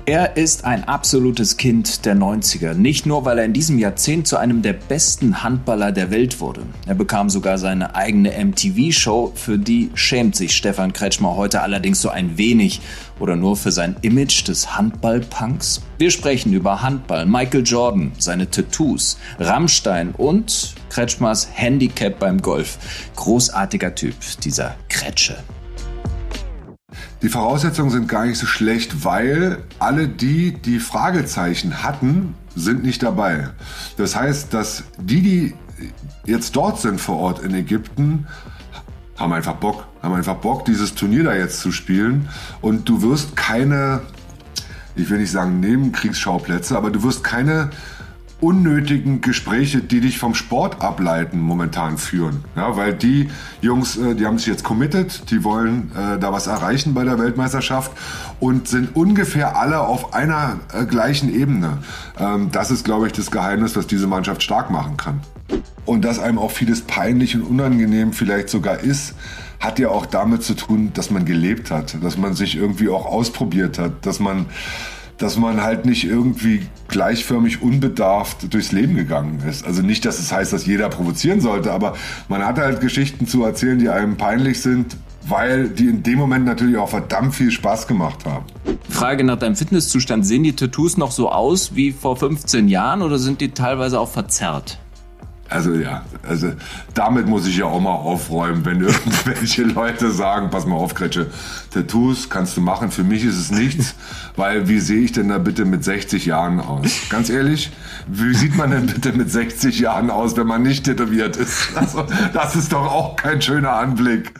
Er ist ein absolutes Kind der 90er. Nicht nur, weil er in diesem Jahrzehnt zu einem der besten Handballer der Welt wurde. Er bekam sogar seine eigene MTV-Show, für die schämt sich Stefan Kretschmer heute allerdings so ein wenig. Oder nur für sein Image des Handball-Punks? Wir sprechen über Handball, Michael Jordan, seine Tattoos, Rammstein und Kretschmers Handicap beim Golf. Großartiger Typ, dieser Kretsche. Die Voraussetzungen sind gar nicht so schlecht, weil alle die Fragezeichen hatten, sind nicht dabei. Das heißt, dass die jetzt dort sind vor Ort in Ägypten, haben einfach Bock, dieses Turnier da jetzt zu spielen. Und du wirst keine, ich will nicht sagen Nebenkriegsschauplätze, aber du wirst keine unnötigen Gespräche, die dich vom Sport ableiten, momentan führen. Ja, weil die Jungs, die haben sich jetzt committed, die wollen da was erreichen bei der Weltmeisterschaft und sind ungefähr alle auf einer gleichen Ebene. Das ist, glaube ich, das Geheimnis, was diese Mannschaft stark machen kann. Und dass einem auch vieles peinlich und unangenehm vielleicht sogar ist, hat ja auch damit zu tun, dass man gelebt hat, dass man sich irgendwie auch ausprobiert hat, dass man halt nicht irgendwie gleichförmig unbedarft durchs Leben gegangen ist. Also nicht, dass es heißt, dass jeder provozieren sollte, aber man hat halt Geschichten zu erzählen, die einem peinlich sind, weil die in dem Moment natürlich auch verdammt viel Spaß gemacht haben. Frage nach deinem Fitnesszustand. Sehen die Tattoos noch so aus wie vor 15 Jahren oder sind die teilweise auch verzerrt? Also damit muss ich ja auch mal aufräumen, wenn irgendwelche Leute sagen, pass mal auf, Kretsche, Tattoos kannst du machen, für mich ist es nichts, weil wie sehe ich denn da bitte mit 60 Jahren aus? Ganz ehrlich, wie sieht man denn bitte mit 60 Jahren aus, wenn man nicht tätowiert ist? Also, das ist doch auch kein schöner Anblick.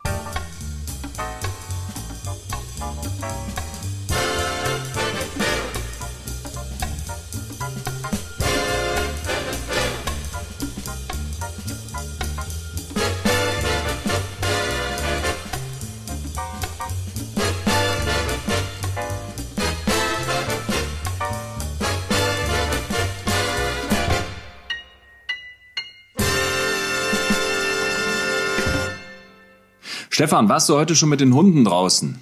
Stefan, warst du heute schon mit den Hunden draußen?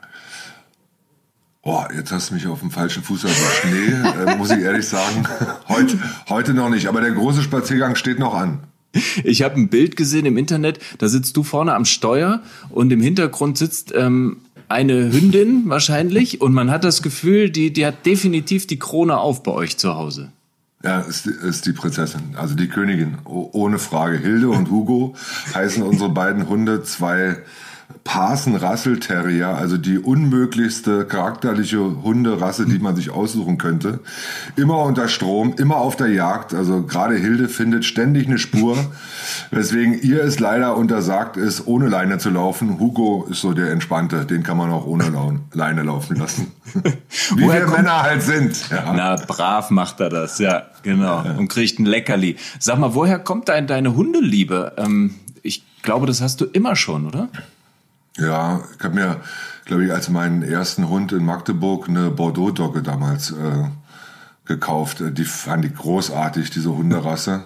Oh, jetzt hast du mich auf dem falschen Fuß erwischt. Nee, muss ich ehrlich sagen, heute noch nicht. Aber der große Spaziergang steht noch an. Ich habe ein Bild gesehen im Internet, da sitzt du vorne am Steuer und im Hintergrund sitzt eine Hündin wahrscheinlich und man hat das Gefühl, die hat definitiv die Krone auf bei euch zu Hause. Ja, ist die Prinzessin, also die Königin, ohne Frage. Hilde und Hugo heißen unsere beiden Hunde, zwei Parson Russell Terrier, also die unmöglichste charakterliche Hunderasse, die man sich aussuchen könnte. Immer unter Strom, immer auf der Jagd, also gerade Hilde findet ständig eine Spur, weswegen ihr es leider untersagt ist, ohne Leine zu laufen. Hugo ist so der Entspannte, den kann man auch ohne Leine laufen lassen. Wie wir Männer halt sind. Ja. Na, brav macht er das, ja, genau. Und kriegt ein Leckerli. Sag mal, woher kommt deine Hundeliebe? Ich glaube, das hast du immer schon, oder? Ja, ich habe mir, glaube ich, als meinen ersten Hund in Magdeburg eine Bordeaux-Dogge damals gekauft. Die fand ich großartig, diese Hunderasse.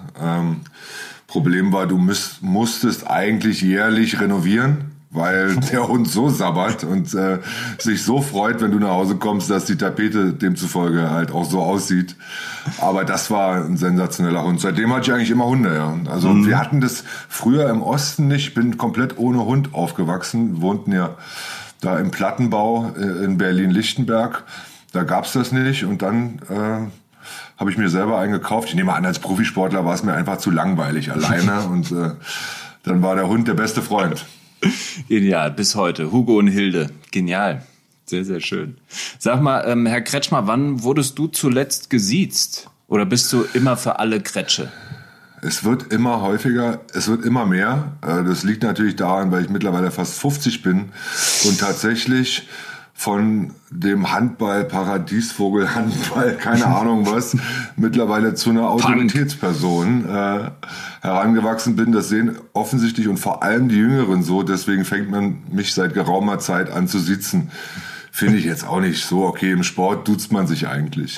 Problem war, du musstest eigentlich jährlich renovieren, weil der Hund so sabbert und sich so freut, wenn du nach Hause kommst, dass die Tapete demzufolge halt auch so aussieht. Aber das war ein sensationeller Hund. Seitdem hatte ich eigentlich immer Hunde, ja. Also wir hatten das früher im Osten nicht. Ich bin komplett ohne Hund aufgewachsen. Wir wohnten ja da im Plattenbau in Berlin-Lichtenberg. Da gab's das nicht und dann habe ich mir selber einen gekauft. Ich nehme an, als Profisportler war es mir einfach zu langweilig alleine und dann war der Hund der beste Freund. Genial, bis heute. Hugo und Hilde. Genial. Sehr, sehr schön. Sag mal, Herr Kretschmer, wann wurdest du zuletzt gesiezt? Oder bist du immer für alle Kretsche? Es wird immer häufiger, es wird immer mehr. Das liegt natürlich daran, weil ich mittlerweile fast 50 bin und tatsächlich von dem Handball, Paradiesvogel, Handball, keine Ahnung was, mittlerweile zu einer Autoritätsperson herangewachsen bin. Das sehen offensichtlich und vor allem die Jüngeren so. Deswegen fängt man mich seit geraumer Zeit an zu siezen. Finde ich jetzt auch nicht so okay. Im Sport duzt man sich eigentlich.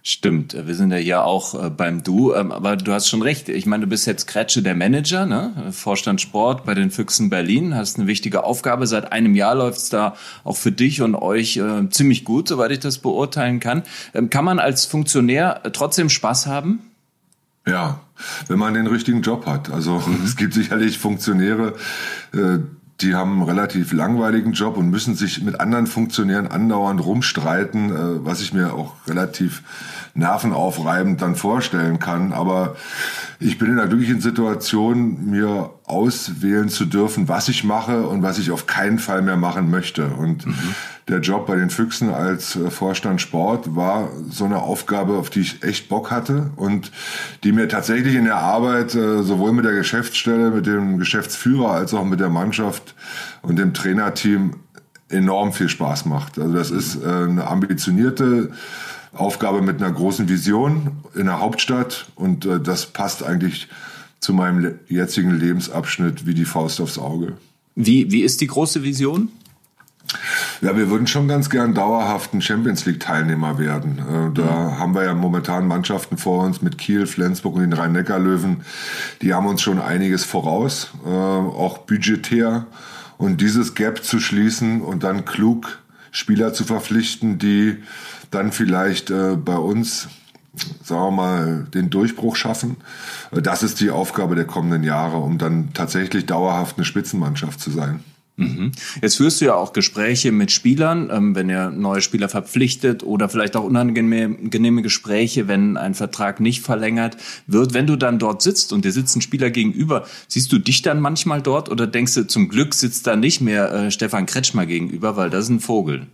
Stimmt, wir sind ja hier auch beim Du, aber du hast schon recht. Ich meine, du bist jetzt Kretsche, der Manager, ne? Vorstand Sport bei den Füchsen Berlin, hast eine wichtige Aufgabe. Seit einem Jahr läuft's da auch für dich und euch ziemlich gut, soweit ich das beurteilen kann. Kann man als Funktionär trotzdem Spaß haben? Ja, wenn man den richtigen Job hat. Also es gibt sicherlich Funktionäre, die haben einen relativ langweiligen Job und müssen sich mit anderen Funktionären andauernd rumstreiten, was ich mir auch relativ nervenaufreibend dann vorstellen kann. Aber ich bin in der glücklichen Situation, mir auswählen zu dürfen, was ich mache und was ich auf keinen Fall mehr machen möchte. Und der Job bei den Füchsen als Vorstand Sport war so eine Aufgabe, auf die ich echt Bock hatte und die mir tatsächlich in der Arbeit sowohl mit der Geschäftsstelle, mit dem Geschäftsführer als auch mit der Mannschaft und dem Trainerteam enorm viel Spaß macht. Also das ist eine ambitionierte Aufgabe mit einer großen Vision in der Hauptstadt und das passt eigentlich zu meinem jetzigen Lebensabschnitt wie die Faust aufs Auge. Wie ist die große Vision? Ja, wir würden schon ganz gern dauerhaft ein Champions-League-Teilnehmer werden. Da haben wir ja momentan Mannschaften vor uns mit Kiel, Flensburg und den Rhein-Neckar-Löwen. Die haben uns schon einiges voraus, auch budgetär. Und dieses Gap zu schließen und dann klug Spieler zu verpflichten, die dann vielleicht bei uns, sagen wir mal, den Durchbruch schaffen. Das ist die Aufgabe der kommenden Jahre, um dann tatsächlich dauerhaft eine Spitzenmannschaft zu sein. Jetzt führst du ja auch Gespräche mit Spielern, wenn ihr neue Spieler verpflichtet oder vielleicht auch unangenehme Gespräche, wenn ein Vertrag nicht verlängert wird. Wenn du dann dort sitzt und dir sitzt ein Spieler gegenüber, siehst du dich dann manchmal dort oder denkst du, zum Glück sitzt da nicht mehr Stefan Kretschmer gegenüber, weil das ist ein Vogel?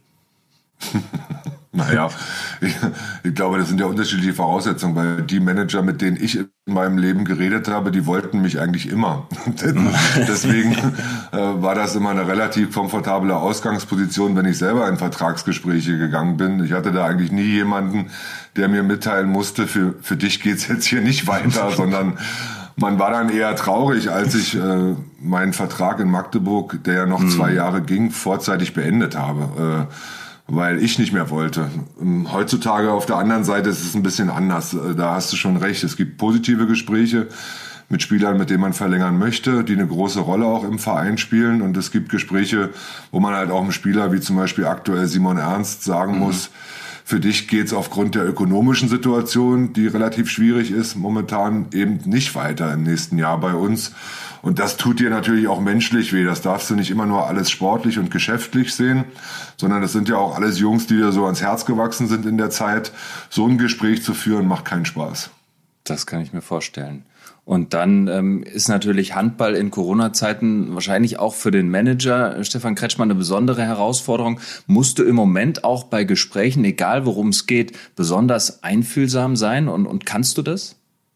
Naja, ich glaube, das sind ja unterschiedliche Voraussetzungen, weil die Manager, mit denen ich in meinem Leben geredet habe, die wollten mich eigentlich immer. Deswegen war das immer eine relativ komfortable Ausgangsposition, wenn ich selber in Vertragsgespräche gegangen bin. Ich hatte da eigentlich nie jemanden, der mir mitteilen musste, für dich geht's jetzt hier nicht weiter, sondern man war dann eher traurig, als ich meinen Vertrag in Magdeburg, der ja noch 2 Jahre ging, vorzeitig beendet habe. Weil ich nicht mehr wollte. Heutzutage auf der anderen Seite ist es ein bisschen anders. Da hast du schon recht. Es gibt positive Gespräche mit Spielern, mit denen man verlängern möchte, die eine große Rolle auch im Verein spielen. Und es gibt Gespräche, wo man halt auch einem Spieler, wie zum Beispiel aktuell Simon Ernst, sagen muss, für dich geht's aufgrund der ökonomischen Situation, die relativ schwierig ist, momentan eben nicht weiter im nächsten Jahr bei uns. Und das tut dir natürlich auch menschlich weh. Das darfst du nicht immer nur alles sportlich und geschäftlich sehen, sondern das sind ja auch alles Jungs, die dir so ans Herz gewachsen sind in der Zeit. So ein Gespräch zu führen, macht keinen Spaß. Das kann ich mir vorstellen. Und dann ist natürlich Handball in Corona-Zeiten wahrscheinlich auch für den Manager Stefan Kretschmer eine besondere Herausforderung. Musst du im Moment auch bei Gesprächen, egal worum es geht, besonders einfühlsam sein und kannst du das?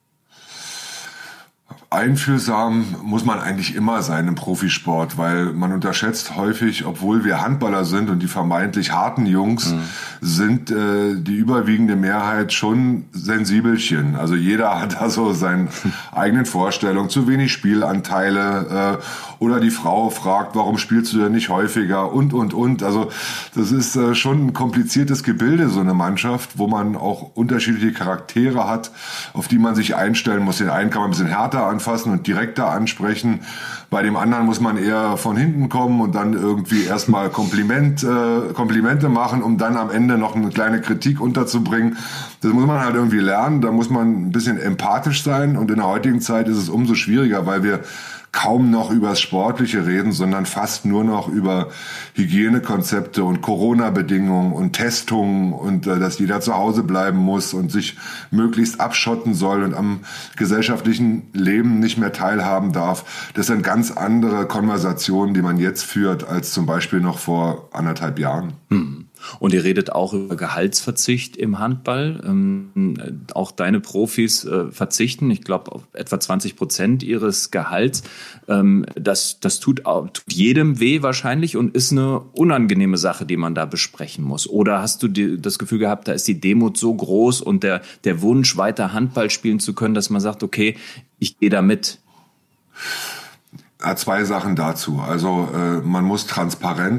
Einfühlsam muss man eigentlich immer sein im Profisport, weil man unterschätzt häufig, obwohl wir Handballer sind und die vermeintlich harten Jungs, sind die überwiegende Mehrheit schon Sensibelchen. Also jeder hat da so seine eigenen Vorstellungen, zu wenig Spielanteile oder die Frau fragt, warum spielst du denn nicht häufiger und. Also das ist schon ein kompliziertes Gebilde, so eine Mannschaft, wo man auch unterschiedliche Charaktere hat, auf die man sich einstellen muss. Den einen kann man ein bisschen härter anfassen und direkter ansprechen. Bei dem anderen muss man eher von hinten kommen und dann irgendwie erstmal Komplimente machen, um dann am Ende noch eine kleine Kritik unterzubringen. Das muss man halt irgendwie lernen. Da muss man ein bisschen empathisch sein. Und in der heutigen Zeit ist es umso schwieriger, weil wir kaum noch über das Sportliche reden, sondern fast nur noch über Hygienekonzepte und Corona-Bedingungen und Testungen und dass jeder zu Hause bleiben muss und sich möglichst abschotten soll und am gesellschaftlichen Leben nicht mehr teilhaben darf. Das sind ganz andere Konversationen, die man jetzt führt, als zum Beispiel noch vor 1,5 Jahren. Und ihr redet auch über Gehaltsverzicht im Handball. Auch deine Profis verzichten, ich glaube, auf etwa 20% ihres Gehalts. Das tut jedem weh wahrscheinlich und ist eine unangenehme Sache, die man da besprechen muss. Oder hast du das Gefühl gehabt, da ist die Demut so groß und der Wunsch, weiter Handball spielen zu können, dass man sagt, okay, ich gehe da mit? 2 Sachen dazu. Also man muss transparent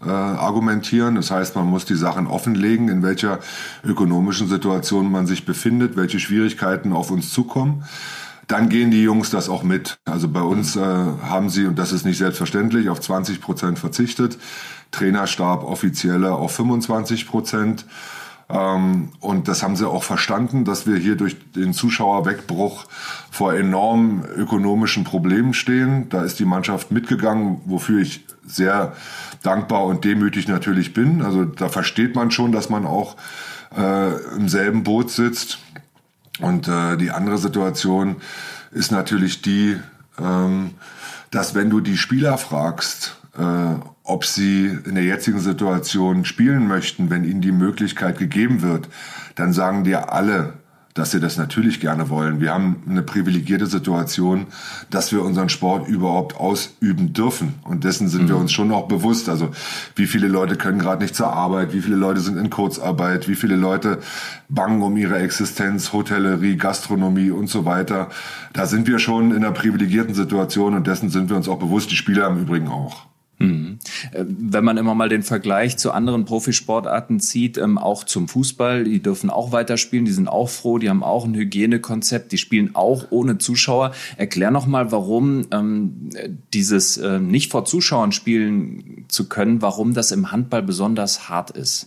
argumentieren. Das heißt, man muss die Sachen offenlegen, in welcher ökonomischen Situation man sich befindet, welche Schwierigkeiten auf uns zukommen. Dann gehen die Jungs das auch mit. Also bei uns haben sie, und das ist nicht selbstverständlich, auf 20% verzichtet. Trainerstab offizielle auf 25%. Und das haben sie auch verstanden, dass wir hier durch den Zuschauerwegbruch vor enormen ökonomischen Problemen stehen. Da ist die Mannschaft mitgegangen, wofür ich sehr dankbar und demütig natürlich bin. Also da versteht man schon, dass man auch im selben Boot sitzt. Und die andere Situation ist natürlich die, dass wenn du die Spieler fragst, ob sie in der jetzigen Situation spielen möchten, wenn ihnen die Möglichkeit gegeben wird, dann sagen dir alle, dass sie das natürlich gerne wollen. Wir haben eine privilegierte Situation, dass wir unseren Sport überhaupt ausüben dürfen. Und dessen sind wir uns schon auch bewusst. Also wie viele Leute können gerade nicht zur Arbeit, wie viele Leute sind in Kurzarbeit, wie viele Leute bangen um ihre Existenz, Hotellerie, Gastronomie und so weiter. Da sind wir schon in einer privilegierten Situation und dessen sind wir uns auch bewusst. Die Spieler im Übrigen auch. Wenn man immer mal den Vergleich zu anderen Profisportarten zieht, auch zum Fußball, die dürfen auch weiterspielen, die sind auch froh, die haben auch ein Hygienekonzept, die spielen auch ohne Zuschauer. Erklär noch mal, warum dieses nicht vor Zuschauern spielen zu können, warum das im Handball besonders hart ist.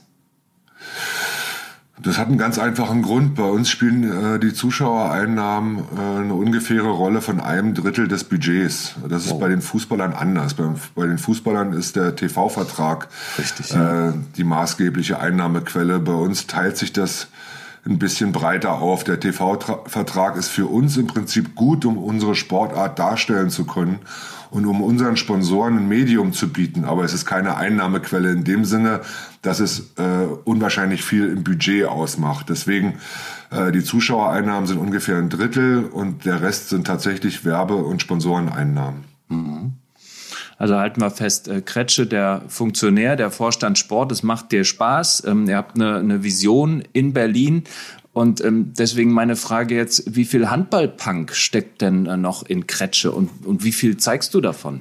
Das hat einen ganz einfachen Grund. Bei uns spielen die Zuschauereinnahmen eine ungefähre Rolle von 1/3 des Budgets. Das ist bei den Fußballern anders. Bei den Fußballern ist der TV-Vertrag die maßgebliche Einnahmequelle. Bei uns teilt sich das ein bisschen breiter auf. Der TV-Vertrag ist für uns im Prinzip gut, um unsere Sportart darstellen zu können und um unseren Sponsoren ein Medium zu bieten. Aber es ist keine Einnahmequelle in dem Sinne, dass es unwahrscheinlich viel im Budget ausmacht. Deswegen die Zuschauereinnahmen sind ungefähr 1/3 und der Rest sind tatsächlich Werbe- und Sponsoreneinnahmen. Also halten wir fest, Kretsche, der Funktionär, der Vorstand Sport, es macht dir Spaß. Ihr habt eine Vision in Berlin. Und deswegen meine Frage jetzt, wie viel Handballpunk steckt denn noch in Kretsche und wie viel zeigst du davon?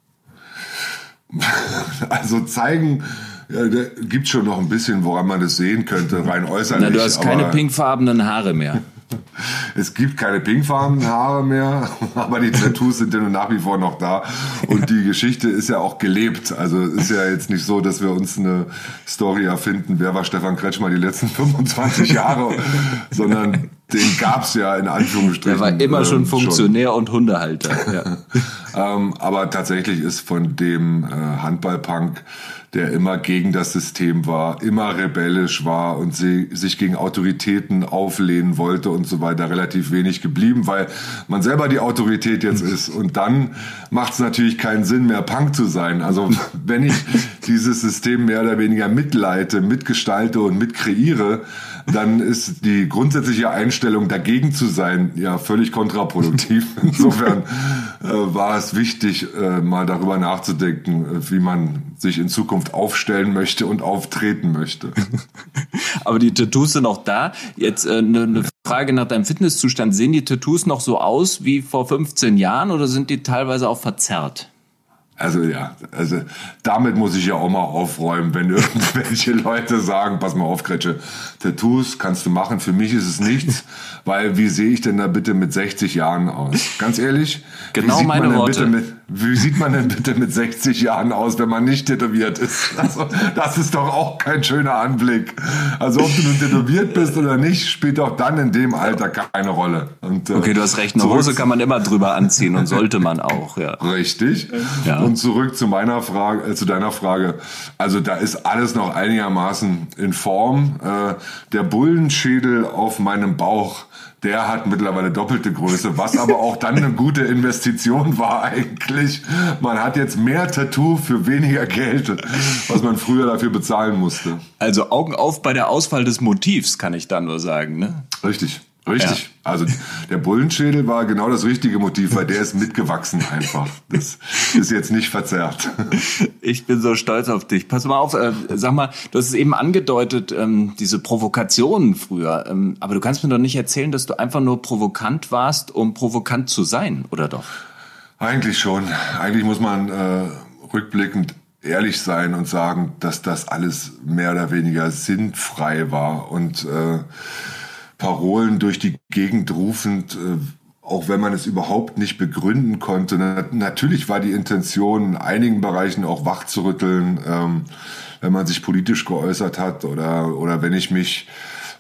Also zeigen, da gibt schon noch ein bisschen, woran man das sehen könnte, rein äußerlich. Na, du hast keine pinkfarbenen Haare mehr. Es gibt keine pinkfarbenen Haare mehr, aber die Tattoos sind ja nur nach wie vor noch da. Und die Geschichte ist ja auch gelebt. Also ist ja jetzt nicht so, dass wir uns eine Story erfinden, wer war Stefan Kretschmer die letzten 25 Jahre, sondern den gab's ja in Anführungsstrichen. Der war immer schon Funktionär und Hundehalter. Ja. Aber tatsächlich ist von dem Handballpunk, der immer gegen das System war, immer rebellisch war und sich gegen Autoritäten auflehnen wollte und so weiter, relativ wenig geblieben, weil man selber die Autorität jetzt ist. Und dann macht es natürlich keinen Sinn mehr, Punk zu sein. Also wenn ich dieses System mehr oder weniger mitleite, mitgestalte und mitkreiere, dann ist die grundsätzliche Einstellung, dagegen zu sein, ja völlig kontraproduktiv. Insofern war es wichtig, mal darüber nachzudenken, wie man sich in Zukunft aufstellen möchte und auftreten möchte. Aber die Tattoos sind auch da. Jetzt eine Frage nach deinem Fitnesszustand. Sehen die Tattoos noch so aus wie vor 15 Jahren oder sind die teilweise auch verzerrt? Also damit muss ich ja auch mal aufräumen, wenn irgendwelche Leute sagen, pass mal auf, Kretsche, Tattoos kannst du machen, für mich ist es nichts, weil wie sehe ich denn da bitte mit 60 Jahren aus? Ganz ehrlich, genau meine Worte. Wie sieht man denn bitte mit 60 Jahren aus, wenn man nicht tätowiert ist? Also, das ist doch auch kein schöner Anblick. Also ob du nun tätowiert bist oder nicht, spielt doch dann in dem Alter keine Rolle. Und, okay, du hast recht, eine Hose kann man immer drüber anziehen und sollte man auch. Ja. Richtig. Ja. Und zurück zu meiner Frage, zu deiner Frage. Also da ist alles noch einigermaßen in Form. Der Bullenschädel auf meinem Bauch, der hat mittlerweile doppelte Größe, was aber auch dann eine gute Investition war eigentlich. Man hat jetzt mehr Tattoo für weniger Geld, was man früher dafür bezahlen musste. Also Augen auf bei der Auswahl des Motivs, kann ich da nur sagen, ne? Richtig. Ja. Also der Bullenschädel war genau das richtige Motiv, weil der ist mitgewachsen einfach. Das ist jetzt nicht verzerrt. Ich bin so stolz auf dich. Pass mal auf, sag mal, du hast es eben angedeutet, diese Provokationen früher. Aber du kannst mir doch nicht erzählen, dass du einfach nur provokant warst, um provokant zu sein, oder doch? Eigentlich schon. Eigentlich muss man rückblickend ehrlich sein und sagen, dass das alles mehr oder weniger sinnfrei war und Parolen durch die Gegend rufend, auch wenn man es überhaupt nicht begründen konnte. Natürlich war die Intention, in einigen Bereichen auch wach zu rütteln, wenn man sich politisch geäußert hat oder wenn ich mich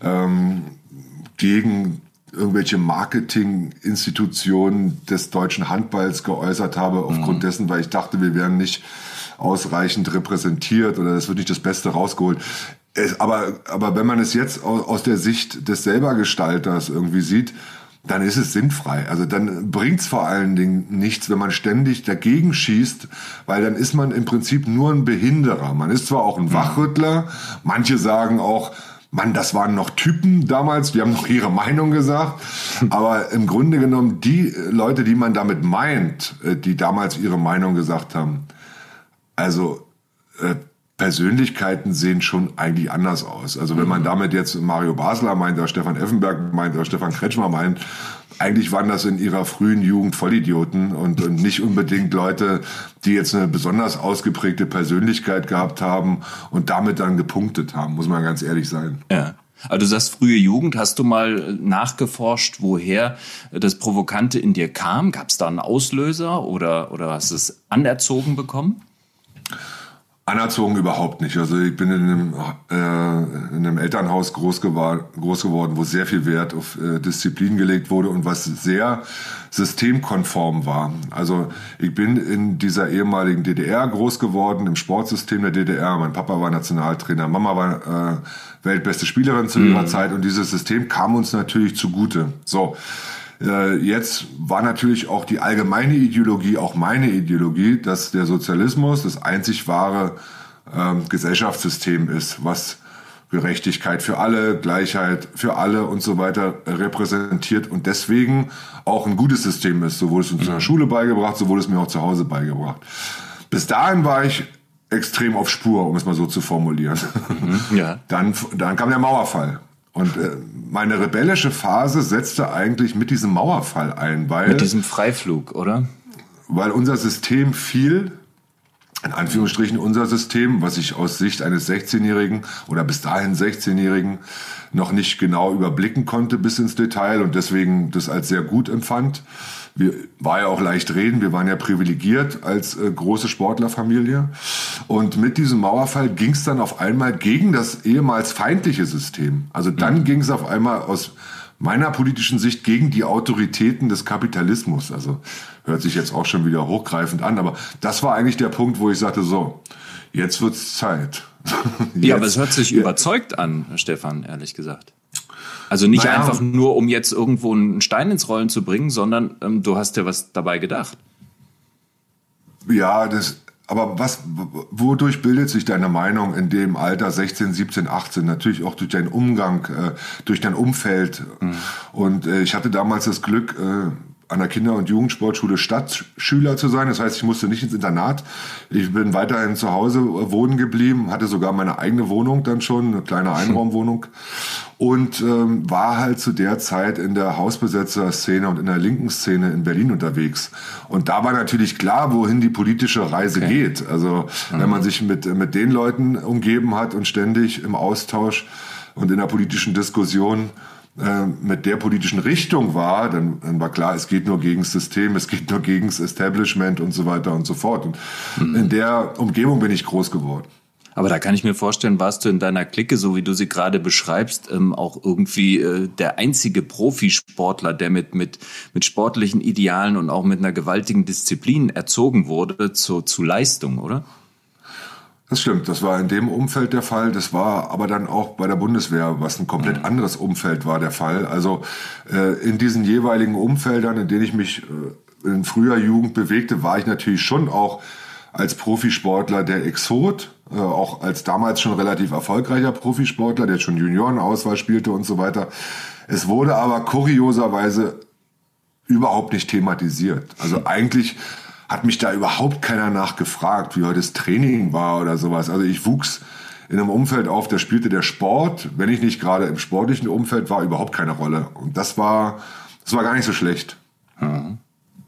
gegen irgendwelche Marketinginstitutionen des deutschen Handballs geäußert habe, aufgrund dessen, weil ich dachte, wir wären nicht ausreichend repräsentiert oder es wird nicht das Beste rausgeholt. Aber wenn man es jetzt aus der Sicht des Selbergestalters irgendwie sieht, dann ist es sinnfrei. Also dann bringt es vor allen Dingen nichts, wenn man ständig dagegen schießt, weil dann ist man im Prinzip nur ein Behinderer. Man ist zwar auch ein Wachrüttler, manche sagen auch, Mann, das waren noch Typen damals, die haben noch ihre Meinung gesagt, aber im Grunde genommen die Leute, die man damit meint, die damals ihre Meinung gesagt haben, also Persönlichkeiten sehen schon eigentlich anders aus. Also wenn man damit jetzt Mario Basler meint, oder Stefan Effenberg meint, oder Stefan Kretschmer meint, eigentlich waren das in ihrer frühen Jugend Vollidioten und nicht unbedingt Leute, die jetzt eine besonders ausgeprägte Persönlichkeit gehabt haben und damit dann gepunktet haben, muss man ganz ehrlich sein. Ja. Also du sagst frühe Jugend, hast du mal nachgeforscht, woher das Provokante in dir kam? Gab es da einen Auslöser oder hast du es anerzogen bekommen? Anerzogen überhaupt nicht. Also ich bin in einem Elternhaus groß geworden, wo sehr viel Wert auf Disziplin gelegt wurde und was sehr systemkonform war. Also ich bin in dieser ehemaligen DDR groß geworden, im Sportsystem der DDR. Mein Papa war Nationaltrainer, Mama war weltbeste Spielerin zu ihrer Zeit und dieses System kam uns natürlich zugute. So. Jetzt war natürlich auch die allgemeine Ideologie, auch meine Ideologie, dass der Sozialismus das einzig wahre Gesellschaftssystem ist, was Gerechtigkeit für alle, Gleichheit für alle und so weiter repräsentiert und deswegen auch ein gutes System ist. So wurde es uns in der Schule beigebracht, so wurde es mir auch zu Hause beigebracht. Bis dahin war ich extrem auf Spur, um es mal so zu formulieren. Ja. Dann kam der Mauerfall. Und meine rebellische Phase setzte eigentlich mit diesem Mauerfall ein, weil... Mit diesem Freiflug, oder? Weil unser System fiel, in Anführungsstrichen unser System, was ich aus Sicht eines 16-Jährigen oder bis dahin 16-Jährigen noch nicht genau überblicken konnte bis ins Detail und deswegen das als sehr gut empfand. War ja auch leicht reden, wir waren ja privilegiert als große Sportlerfamilie. Und mit diesem Mauerfall ging es dann auf einmal gegen das ehemals feindliche System. Also dann ging es auf einmal aus meiner politischen Sicht gegen die Autoritäten des Kapitalismus. Also hört sich jetzt auch schon wieder hochgreifend an, aber das war eigentlich der Punkt, wo ich sagte, so, jetzt wird's Zeit. Ja, aber es hört sich überzeugt an, Stefan, ehrlich gesagt. Also nicht einfach nur, um jetzt irgendwo einen Stein ins Rollen zu bringen, sondern du hast ja was dabei gedacht. Ja, aber wodurch bildet sich deine Meinung in dem Alter 16, 17, 18? Natürlich auch durch deinen Umgang, durch dein Umfeld. Und ich hatte damals das Glück, an der Kinder- und Jugendsportschule Stadtschüler zu sein. Das heißt, ich musste nicht ins Internat. Ich bin weiterhin zu Hause wohnen geblieben, hatte sogar meine eigene Wohnung dann schon, eine kleine Einraumwohnung. Und war halt zu der Zeit in der Hausbesetzer-Szene und in der linken Szene in Berlin unterwegs. Und da war natürlich klar, wohin die politische Reise geht. Also wenn man sich mit den Leuten umgeben hat und ständig im Austausch und in der politischen Diskussion mit der politischen Richtung war, dann war klar, es geht nur gegen das System, es geht nur gegen das Establishment und so weiter und so fort. Und in der Umgebung bin ich groß geworden. Aber da kann ich mir vorstellen, warst du in deiner Clique, so wie du sie gerade beschreibst, auch irgendwie der einzige Profisportler, der mit sportlichen Idealen und auch mit einer gewaltigen Disziplin erzogen wurde zu Leistung, oder? Das stimmt, das war in dem Umfeld der Fall. Das war aber dann auch bei der Bundeswehr, was ein komplett anderes Umfeld war, der Fall. Also in diesen jeweiligen Umfeldern, in denen ich mich in früher Jugend bewegte, war ich natürlich schon auch als Profisportler der Exot, auch als damals schon relativ erfolgreicher Profisportler, der schon Juniorenauswahl spielte und so weiter. Es wurde aber kurioserweise überhaupt nicht thematisiert. Also eigentlich hat mich da überhaupt keiner nachgefragt, wie heute das Training war oder sowas. Also ich wuchs in einem Umfeld auf, da spielte der Sport, wenn ich nicht gerade im sportlichen Umfeld war, überhaupt keine Rolle. Und das war gar nicht so schlecht. Das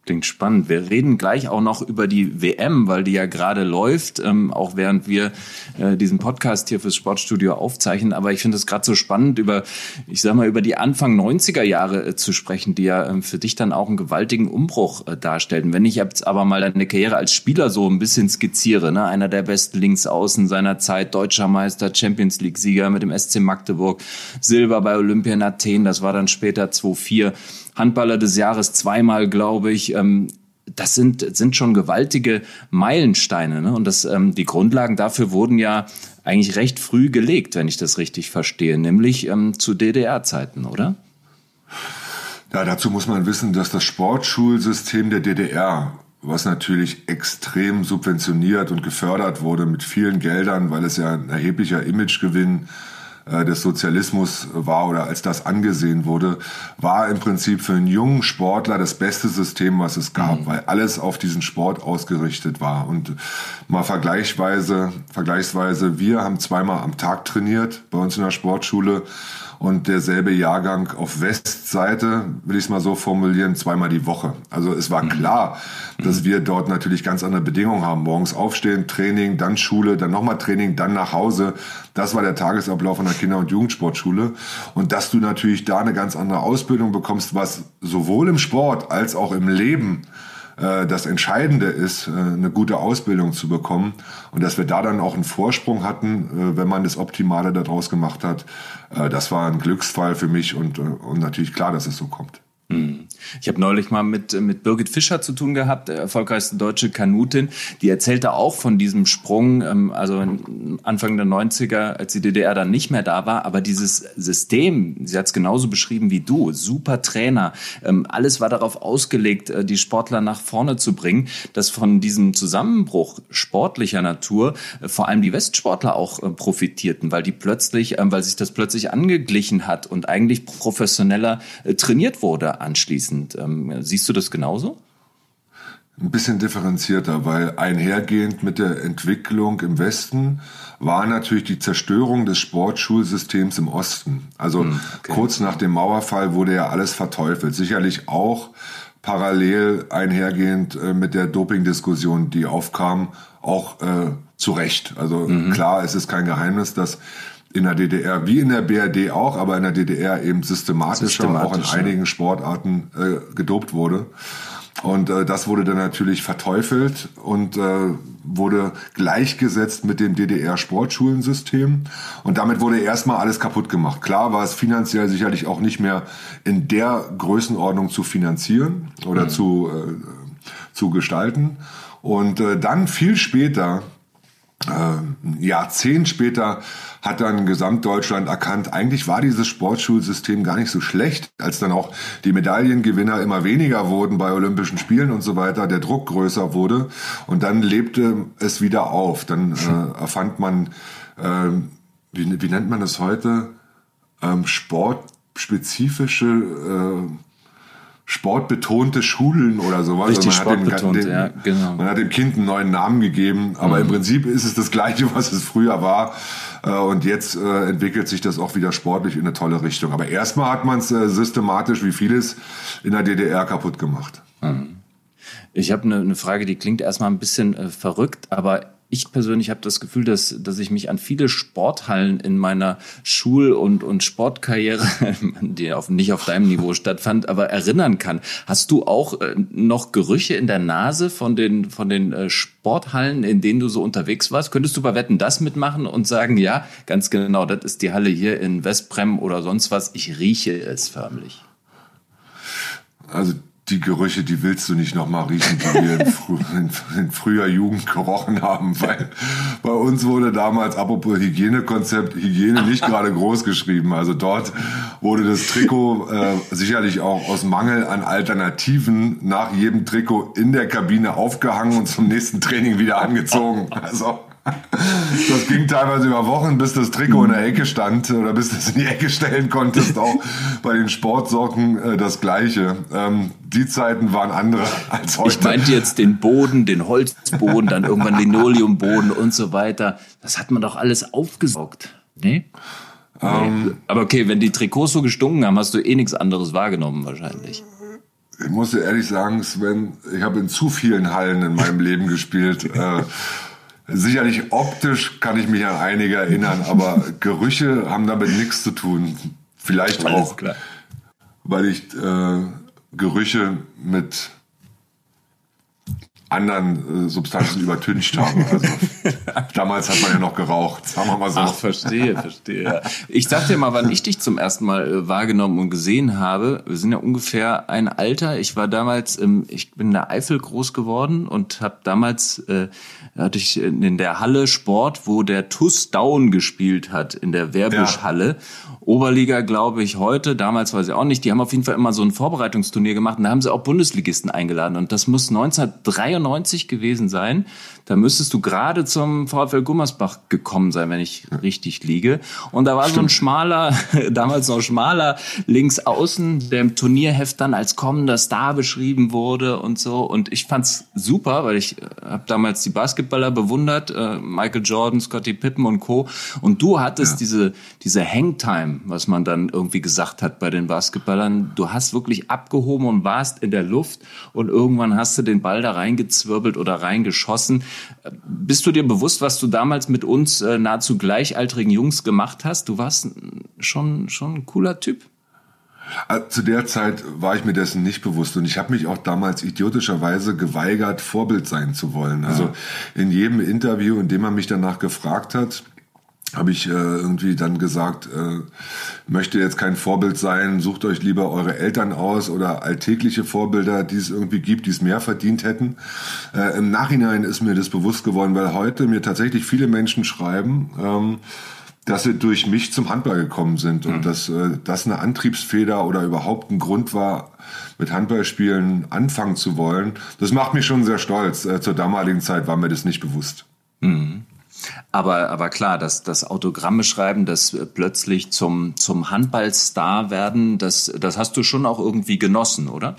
Klingt spannend. Wir reden gleich auch noch über die WM, weil die ja gerade läuft, auch während wir diesen Podcast hier fürs Sportstudio aufzeichnen. Aber ich finde es gerade so spannend, über die Anfang 90er Jahre zu sprechen, die ja für dich dann auch einen gewaltigen Umbruch darstellten. Wenn ich jetzt aber mal deine Karriere als Spieler so ein bisschen skizziere, ne? Einer der besten Linksaußen seiner Zeit, deutscher Meister, Champions League-Sieger mit dem SC Magdeburg, Silber bei Olympia in Athen, das war dann später 2004. Handballer des Jahres zweimal, glaube ich. Das sind schon gewaltige Meilensteine, ne? Und die Grundlagen dafür wurden ja eigentlich recht früh gelegt, wenn ich das richtig verstehe, nämlich zu DDR-Zeiten, oder? Ja, dazu muss man wissen, dass das Sportschulsystem der DDR, was natürlich extrem subventioniert und gefördert wurde mit vielen Geldern, weil es ja ein erheblicher Imagegewinn des Sozialismus war oder als das angesehen wurde, war im Prinzip für einen jungen Sportler das beste System, was es gab, weil alles auf diesen Sport ausgerichtet war. Und mal vergleichsweise, wir haben zweimal am Tag trainiert bei uns in der Sportschule und derselbe Jahrgang auf Westseite, will ich es mal so formulieren, zweimal die Woche. Also es war klar, dass wir dort natürlich ganz andere Bedingungen haben. Morgens aufstehen, Training, dann Schule, dann nochmal Training, dann nach Hause. Das war der Tagesablauf an der Kinder- und Jugendsportschule. Und dass du natürlich da eine ganz andere Ausbildung bekommst, was sowohl im Sport als auch im Leben das Entscheidende ist, eine gute Ausbildung zu bekommen. Und dass wir da dann auch einen Vorsprung hatten, wenn man das Optimale daraus gemacht hat, das war ein Glücksfall für mich und natürlich klar, dass es so kommt. Ich habe neulich mal mit Birgit Fischer zu tun gehabt, erfolgreichste deutsche Kanutin. Die erzählte auch von diesem Sprung, also Anfang der 90er, als die DDR dann nicht mehr da war. Aber dieses System, sie hat es genauso beschrieben wie du, super Trainer, alles war darauf ausgelegt, die Sportler nach vorne zu bringen, dass von diesem Zusammenbruch sportlicher Natur vor allem die Westsportler auch profitierten, weil sich das plötzlich angeglichen hat und eigentlich professioneller trainiert wurde anschließend. Siehst du das genauso? Ein bisschen differenzierter, weil einhergehend mit der Entwicklung im Westen war natürlich die Zerstörung des Sportschulsystems im Osten. Also kurz nach dem Mauerfall wurde ja alles verteufelt. Sicherlich auch parallel einhergehend mit der Dopingdiskussion, die aufkam, auch zu Recht. Also klar, es ist kein Geheimnis, dass in der DDR, wie in der BRD auch, aber in der DDR eben systematischer auch in einigen Sportarten gedopt wurde. Und das wurde dann natürlich verteufelt und wurde gleichgesetzt mit dem DDR-Sportschulensystem. Und damit wurde erstmal alles kaputt gemacht. Klar war es finanziell sicherlich auch nicht mehr in der Größenordnung zu finanzieren oder zu gestalten. Und dann viel später, ein Jahrzehnt später, hat dann Gesamtdeutschland erkannt, eigentlich war dieses Sportschulsystem gar nicht so schlecht, als dann auch die Medaillengewinner immer weniger wurden bei Olympischen Spielen und so weiter, der Druck größer wurde und dann lebte es wieder auf. Dann erfand man, wie nennt man das heute, sportbetonte Schulen oder sowas. Richtig, also ja, genau. Man hat dem Kind einen neuen Namen gegeben, aber im Prinzip ist es das Gleiche, was es früher war. Und jetzt entwickelt sich das auch wieder sportlich in eine tolle Richtung. Aber erstmal hat man es systematisch, wie vieles, in der DDR kaputt gemacht. Ich habe eine Frage, die klingt erstmal ein bisschen verrückt, aber ich persönlich habe das Gefühl, dass ich mich an viele Sporthallen in meiner Schul- und Sportkarriere, die nicht auf deinem Niveau stattfand, aber erinnern kann. Hast du auch noch Gerüche in der Nase von den Sporthallen, in denen du so unterwegs warst? Könntest du bei Wetten, das mitmachen und sagen, ja, ganz genau, das ist die Halle hier in Westbrem oder sonst was. Ich rieche es förmlich. Also die Gerüche, die willst du nicht nochmal riechen, die wir in früher Jugend gerochen haben, weil bei uns wurde damals, apropos Hygienekonzept, Hygiene nicht gerade groß geschrieben. Also dort wurde das Trikot sicherlich auch aus Mangel an Alternativen nach jedem Trikot in der Kabine aufgehangen und zum nächsten Training wieder angezogen. Also das ging teilweise über Wochen, bis das Trikot in der Ecke stand oder bis du es in die Ecke stellen konntest. Auch bei den Sportsocken das Gleiche. Die Zeiten waren andere als heute. Ich meinte jetzt den Boden, den Holzboden, dann irgendwann Linoleumboden und so weiter. Das hat man doch alles aufgesaugt. Nee? Nee. Aber okay, wenn die Trikots so gestunken haben, hast du nichts anderes wahrgenommen wahrscheinlich. Ich muss dir ehrlich sagen, Sven, ich habe in zu vielen Hallen in meinem Leben gespielt. Sicherlich optisch kann ich mich an einige erinnern, aber Gerüche haben damit nichts zu tun. Vielleicht auch, weil ich Gerüche mit anderen Substanzen übertüncht habe. Also, damals hat man ja noch geraucht, sagen wir mal so. Ach, verstehe. Ja. Ich sag dir mal, wann ich dich zum ersten Mal wahrgenommen und gesehen habe. Wir sind ja ungefähr ein Alter. Ich war damals, ich bin in der Eifel groß geworden und habe damals, hatte ich in der Halle Sport, wo der TuS Daun gespielt hat, in der Wehrbuschhalle. Ja. Oberliga, glaube ich, heute, damals weiß ich auch nicht, die haben auf jeden Fall immer so ein Vorbereitungsturnier gemacht und da haben sie auch Bundesligisten eingeladen und das muss 1993 gewesen sein. Da müsstest du gerade zum VfL Gummersbach gekommen sein, wenn ich richtig liege. Und da war so ein schmaler, damals noch schmaler Linksaußen, der im Turnierheft dann als kommender Star beschrieben wurde und so. Und ich fand's super, weil ich habe damals die Basketballer bewundert, Michael Jordan, Scottie Pippen und Co. Und du hattest diese Hangtime, was man dann irgendwie gesagt hat bei den Basketballern. Du hast wirklich abgehoben und warst in der Luft und irgendwann hast du den Ball da reingezwirbelt oder reingeschossen. Bist du dir bewusst, was du damals mit uns nahezu gleichaltrigen Jungs gemacht hast? Du warst schon ein cooler Typ. Zu der Zeit war ich mir dessen nicht bewusst und ich habe mich auch damals idiotischerweise geweigert, Vorbild sein zu wollen. Also in jedem Interview, in dem man mich danach gefragt hat, habe ich irgendwie dann gesagt, möchte jetzt kein Vorbild sein, sucht euch lieber eure Eltern aus oder alltägliche Vorbilder, die es irgendwie gibt, die es mehr verdient hätten. Im Nachhinein ist mir das bewusst geworden, weil heute mir tatsächlich viele Menschen schreiben, dass sie durch mich zum Handball gekommen sind und dass das eine Antriebsfeder oder überhaupt ein Grund war, mit Handballspielen anfangen zu wollen. Das macht mich schon sehr stolz. Zur damaligen Zeit war mir das nicht bewusst. Mhm. Aber klar, das Autogramme schreiben, das plötzlich zum Handballstar werden, das hast du schon auch irgendwie genossen, oder?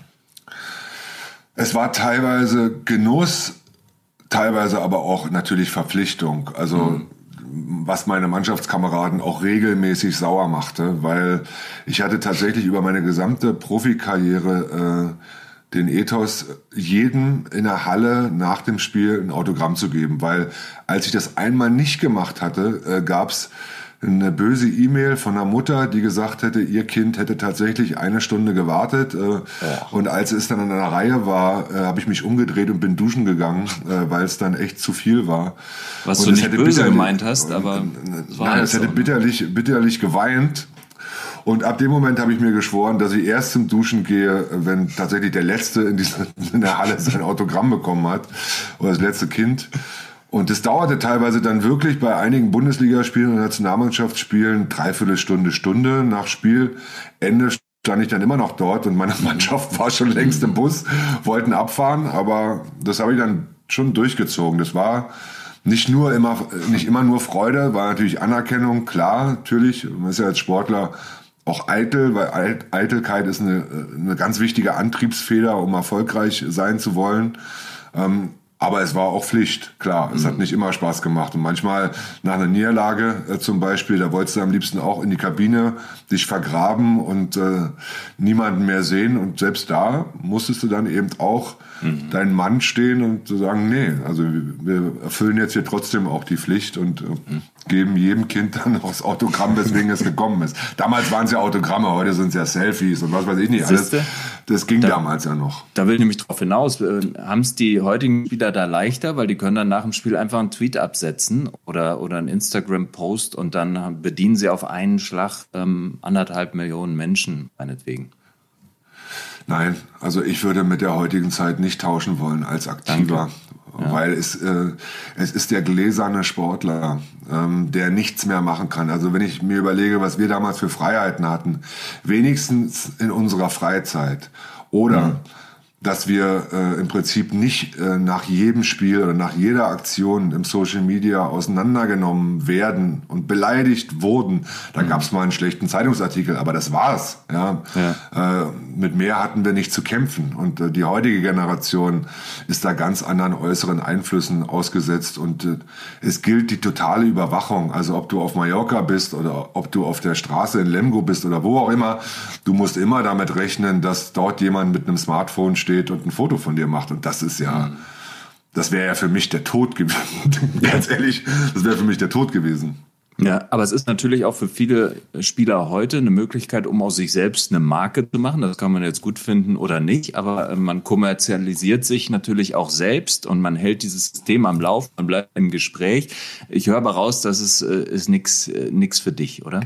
Es war teilweise Genuss, teilweise aber auch natürlich Verpflichtung. Also was meine Mannschaftskameraden auch regelmäßig sauer machte, weil ich hatte tatsächlich über meine gesamte Profikarriere den Ethos, jedem in der Halle nach dem Spiel ein Autogramm zu geben. Weil als ich das einmal nicht gemacht hatte, gab's eine böse E-Mail von einer Mutter, die gesagt hätte, ihr Kind hätte tatsächlich 1 Stunde gewartet. Und als es dann an der Reihe war, habe ich mich umgedreht und bin duschen gegangen, weil es dann echt zu viel war. Was und du nicht böse gemeint hast, aber... Nein, es hätte bitterlich geweint. Und ab dem Moment habe ich mir geschworen, dass ich erst zum Duschen gehe, wenn tatsächlich der Letzte in der Halle sein Autogramm bekommen hat. Oder das letzte Kind. Und das dauerte teilweise dann wirklich bei einigen Bundesligaspielen und Nationalmannschaftsspielen 3/4 Stunde nach Spielende stand ich dann immer noch dort und meine Mannschaft war schon längst im Bus, wollten abfahren, aber das habe ich dann schon durchgezogen. Das war nicht immer nur Freude, war natürlich Anerkennung, klar, natürlich. Man ist ja als Sportler auch eitel, weil Eitelkeit ist eine ganz wichtige Antriebsfeder, um erfolgreich sein zu wollen. Aber es war auch Pflicht, klar. Es hat nicht immer Spaß gemacht. Und manchmal nach einer Niederlage zum Beispiel, da wolltest du am liebsten auch in die Kabine dich vergraben und niemanden mehr sehen. Und selbst da musstest du dann eben auch deinen Mann stehen und sagen, nee, also wir erfüllen jetzt hier trotzdem auch die Pflicht und geben jedem Kind dann auch das Autogramm, weswegen es gekommen ist. Damals waren es ja Autogramme, heute sind es ja Selfies und was weiß ich nicht alles. Das ging damals ja noch. Da will ich nämlich drauf hinaus. Haben es die heutigen Spieler da leichter, weil die können dann nach dem Spiel einfach einen Tweet absetzen oder einen Instagram-Post und dann bedienen sie auf einen Schlag 1,5 Millionen Menschen, meinetwegen. Nein, also ich würde mit der heutigen Zeit nicht tauschen wollen als Aktiver. Ja. Weil es ist der gläserne Sportler, der nichts mehr machen kann. Also wenn ich mir überlege, was wir damals für Freiheiten hatten, wenigstens in unserer Freizeit oder dass wir im Prinzip nicht nach jedem Spiel oder nach jeder Aktion im Social Media auseinandergenommen werden und beleidigt wurden. Da gab es mal einen schlechten Zeitungsartikel, aber das war's. Ja. mit mehr hatten wir nicht zu kämpfen. Und die heutige Generation ist da ganz anderen äußeren Einflüssen ausgesetzt. Und es gilt die totale Überwachung. Also ob du auf Mallorca bist oder ob du auf der Straße in Lemgo bist oder wo auch immer, du musst immer damit rechnen, dass dort jemand mit einem Smartphone steht und ein Foto von dir macht. Und das ist ja, das wäre ja für mich der Tod gewesen. Ganz ehrlich, das wäre für mich der Tod gewesen. Ja, aber es ist natürlich auch für viele Spieler heute eine Möglichkeit, um aus sich selbst eine Marke zu machen. Das kann man jetzt gut finden oder nicht, aber man kommerzialisiert sich natürlich auch selbst und man hält dieses System am Lauf, man bleibt im Gespräch. Ich höre aber raus, dass es ist nix für dich, oder?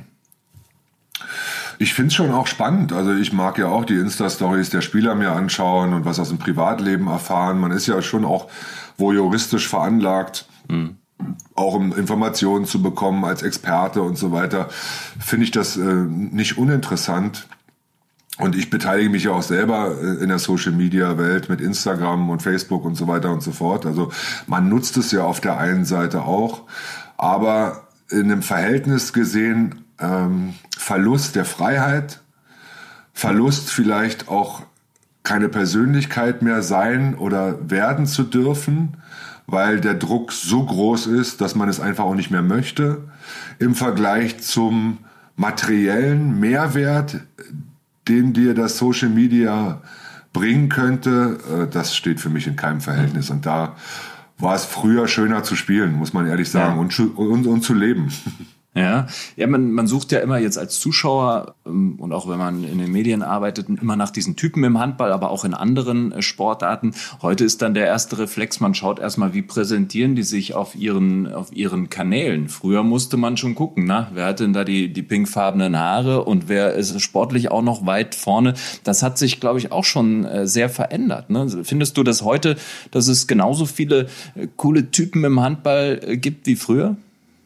Ich finde es schon auch spannend. Also ich mag ja auch die Insta-Stories der Spieler mir anschauen und was aus dem Privatleben erfahren. Man ist ja schon auch voyeuristisch veranlagt. Auch um Informationen zu bekommen als Experte und so weiter, finde ich das nicht uninteressant. Und ich beteilige mich ja auch selber in der Social-Media-Welt mit Instagram und Facebook und so weiter und so fort. Also man nutzt es ja auf der einen Seite auch, aber in einem Verhältnis gesehen Verlust der Freiheit, Verlust vielleicht auch keine Persönlichkeit mehr sein oder werden zu dürfen, weil der Druck so groß ist, dass man es einfach auch nicht mehr möchte, im Vergleich zum materiellen Mehrwert, den dir das Social Media bringen könnte, das steht für mich in keinem Verhältnis. Und da war es früher schöner zu spielen, muss man ehrlich sagen, und zu leben. Ja, man sucht ja immer jetzt als Zuschauer und auch wenn man in den Medien arbeitet, immer nach diesen Typen im Handball, aber auch in anderen Sportarten. Heute ist dann der erste Reflex, man schaut erstmal, wie präsentieren die sich auf ihren Kanälen. Früher musste man schon gucken, wer hat denn da die pinkfarbenen Haare und wer ist sportlich auch noch weit vorne. Das hat sich, glaube ich, auch schon sehr verändert. Ne? Findest du das heute, dass es genauso viele coole Typen im Handball gibt wie früher?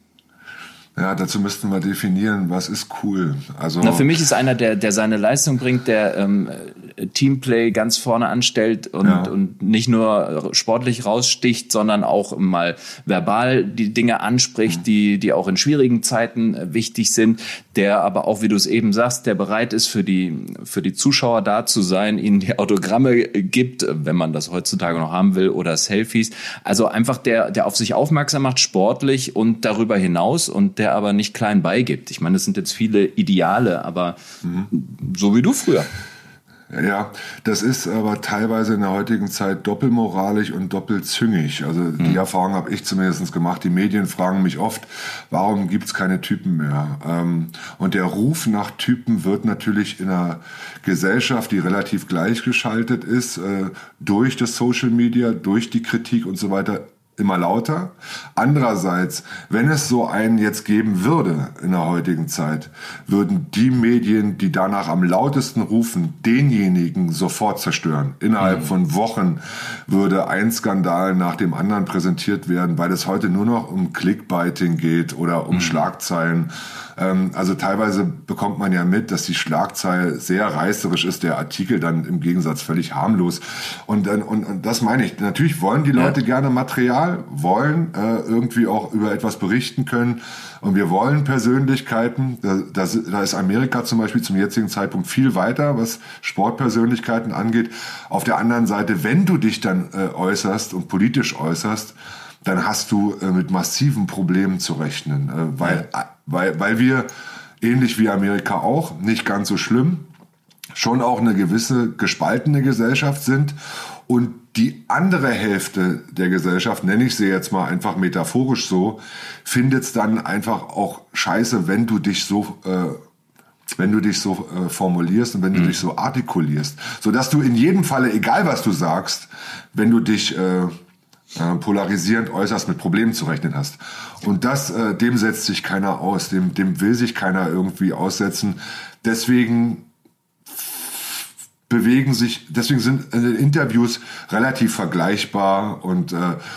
Ja, dazu müssten wir definieren, was ist cool. Also für mich ist einer, der seine Leistung bringt, der Teamplay ganz vorne anstellt und nicht nur sportlich raussticht, sondern auch mal verbal die Dinge anspricht, die auch in schwierigen Zeiten wichtig sind, der aber auch, wie du es eben sagst, der bereit ist, für die Zuschauer da zu sein, ihnen die Autogramme gibt, wenn man das heutzutage noch haben will, oder Selfies. Also einfach der auf sich aufmerksam macht, sportlich und darüber hinaus, und der aber nicht klein beigibt. Ich meine, das sind jetzt viele Ideale, aber so wie du früher. Ja, das ist aber teilweise in der heutigen Zeit doppelmoralisch und doppelzüngig. Also die Erfahrung habe ich zumindest gemacht. Die Medien fragen mich oft, warum gibt's keine Typen mehr? Und der Ruf nach Typen wird natürlich in einer Gesellschaft, die relativ gleichgeschaltet ist, durch das Social Media, durch die Kritik und so weiter, immer lauter. Andererseits, wenn es so einen jetzt geben würde in der heutigen Zeit, würden die Medien, die danach am lautesten rufen, denjenigen sofort zerstören. Innerhalb von Wochen würde ein Skandal nach dem anderen präsentiert werden, weil es heute nur noch um Clickbaiting geht oder um Schlagzeilen. Also teilweise bekommt man ja mit, dass die Schlagzeile sehr reißerisch ist, der Artikel dann im Gegensatz völlig harmlos. Und das meine ich. Natürlich wollen die Leute gerne Material, wollen irgendwie auch über etwas berichten können. Und wir wollen Persönlichkeiten. Da ist Amerika zum Beispiel zum jetzigen Zeitpunkt viel weiter, was Sportpersönlichkeiten angeht. Auf der anderen Seite, wenn du dich dann äußerst und politisch äußerst, dann hast du mit massiven Problemen zu rechnen, weil wir, ähnlich wie Amerika auch, nicht ganz so schlimm, schon auch eine gewisse gespaltene Gesellschaft sind und die andere Hälfte der Gesellschaft, nenne ich sie jetzt mal einfach metaphorisch so, findet es dann einfach auch scheiße, wenn du dich so formulierst und wenn du dich so artikulierst, sodass du in jedem Falle, egal was du sagst, wenn du dich polarisierend äußerst mit Problemen zu rechnen hast. Und dem setzt sich keiner aus, dem will sich keiner irgendwie aussetzen. Deswegen sind Interviews relativ vergleichbar und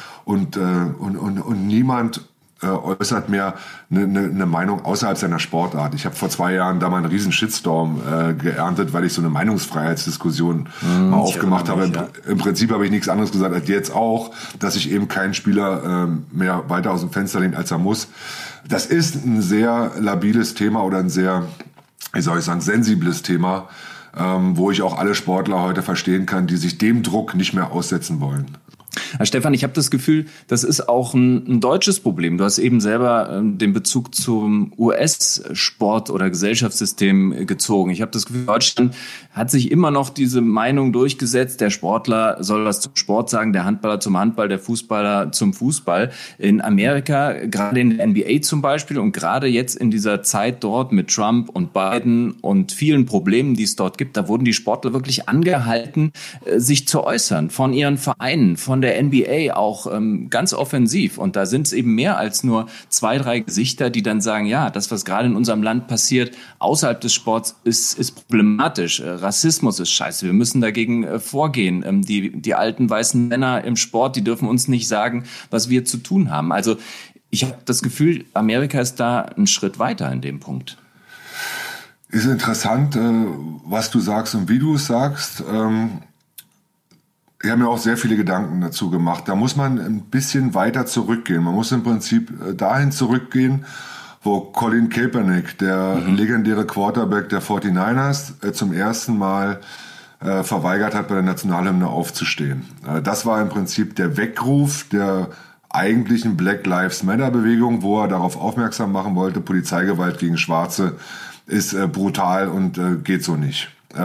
niemand äußert mehr eine Meinung außerhalb seiner Sportart. Ich habe vor 2 Jahren da mal einen riesen Shitstorm geerntet, weil ich so eine Meinungsfreiheitsdiskussion mal aufgemacht habe. Ja. Im Prinzip habe ich nichts anderes gesagt als jetzt auch, dass sich eben kein Spieler mehr weiter aus dem Fenster lehnt, als er muss. Das ist ein sehr labiles Thema oder ein sehr, wie soll ich sagen, sensibles Thema. wo ich auch alle Sportler heute verstehen kann, die sich dem Druck nicht mehr aussetzen wollen. Herr Stefan, ich habe das Gefühl, das ist auch ein deutsches Problem. Du hast eben selber den Bezug zum US-Sport- oder Gesellschaftssystem gezogen. Ich habe das Gefühl, Deutschland hat sich immer noch diese Meinung durchgesetzt, der Sportler soll was zum Sport sagen, der Handballer zum Handball, der Fußballer zum Fußball. In Amerika, gerade in der NBA zum Beispiel und gerade jetzt in dieser Zeit dort mit Trump und Biden und vielen Problemen, die es dort gibt, da wurden die Sportler wirklich angehalten, sich zu äußern von ihren Vereinen, von der NBA auch ganz offensiv. Und da sind es eben mehr als nur 2, 3 Gesichter, die dann sagen, ja, das, was gerade in unserem Land passiert, außerhalb des Sports, ist problematisch. Rassismus ist scheiße. Wir müssen dagegen vorgehen. Die alten weißen Männer im Sport, die dürfen uns nicht sagen, was wir zu tun haben. Also ich habe das Gefühl, Amerika ist da einen Schritt weiter in dem Punkt. Ist interessant, was du sagst und wie du es sagst. Ich habe mir auch sehr viele Gedanken dazu gemacht. Da muss man ein bisschen weiter zurückgehen. Man muss im Prinzip dahin zurückgehen, wo Colin Kaepernick, der legendäre Quarterback der 49ers, zum ersten Mal verweigert hat, bei der Nationalhymne aufzustehen. Das war im Prinzip der Weckruf der eigentlichen Black Lives Matter Bewegung, wo er darauf aufmerksam machen wollte, Polizeigewalt gegen Schwarze ist brutal und geht so nicht.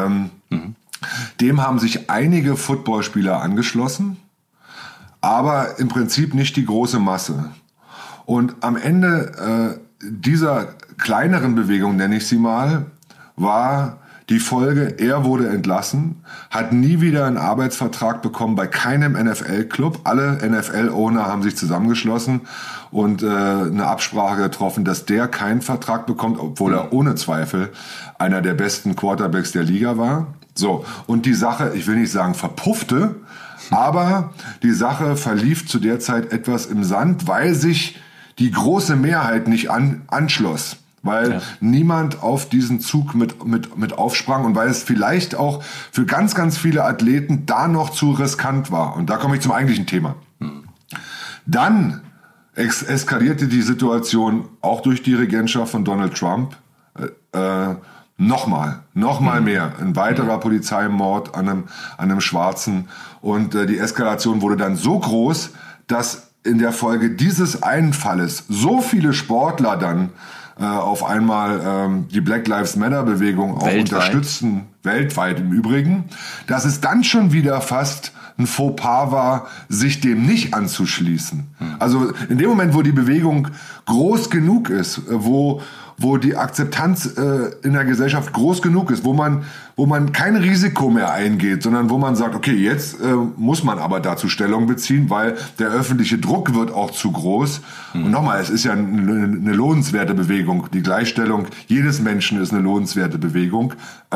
Dem haben sich einige Footballspieler angeschlossen, aber im Prinzip nicht die große Masse. Und am Ende dieser kleineren Bewegung, nenne ich sie mal, war die Folge, er wurde entlassen, hat nie wieder einen Arbeitsvertrag bekommen bei keinem NFL-Club. Alle NFL-Owner haben sich zusammengeschlossen und eine Absprache getroffen, dass der keinen Vertrag bekommt, obwohl er ohne Zweifel einer der besten Quarterbacks der Liga war. So, und die Sache, ich will nicht sagen verpuffte, aber die Sache verlief zu der Zeit etwas im Sand, weil sich die große Mehrheit nicht anschloss. Weil niemand auf diesen Zug mit aufsprang und weil es vielleicht auch für ganz, ganz viele Athleten da noch zu riskant war. Und da komme ich zum eigentlichen Thema. Dann eskalierte die Situation auch durch die Regentschaft von Donald Trump. Nochmal mehr. Ein weiterer Polizeimord an einem Schwarzen. Und die Eskalation wurde dann so groß, dass in der Folge dieses einen Falles so viele Sportler dann auf einmal die Black Lives Matter Bewegung auch unterstützten, weltweit im Übrigen, dass es dann schon wieder fast ein Fauxpas war, sich dem nicht anzuschließen. Also in dem Moment, wo die Bewegung groß genug ist, wo die Akzeptanz in der Gesellschaft groß genug ist, wo man kein Risiko mehr eingeht, sondern wo man sagt, okay, jetzt muss man aber dazu Stellung beziehen, weil der öffentliche Druck wird auch zu groß. Und nochmal, es ist ja eine lohnenswerte Bewegung. Die Gleichstellung jedes Menschen ist eine lohnenswerte Bewegung.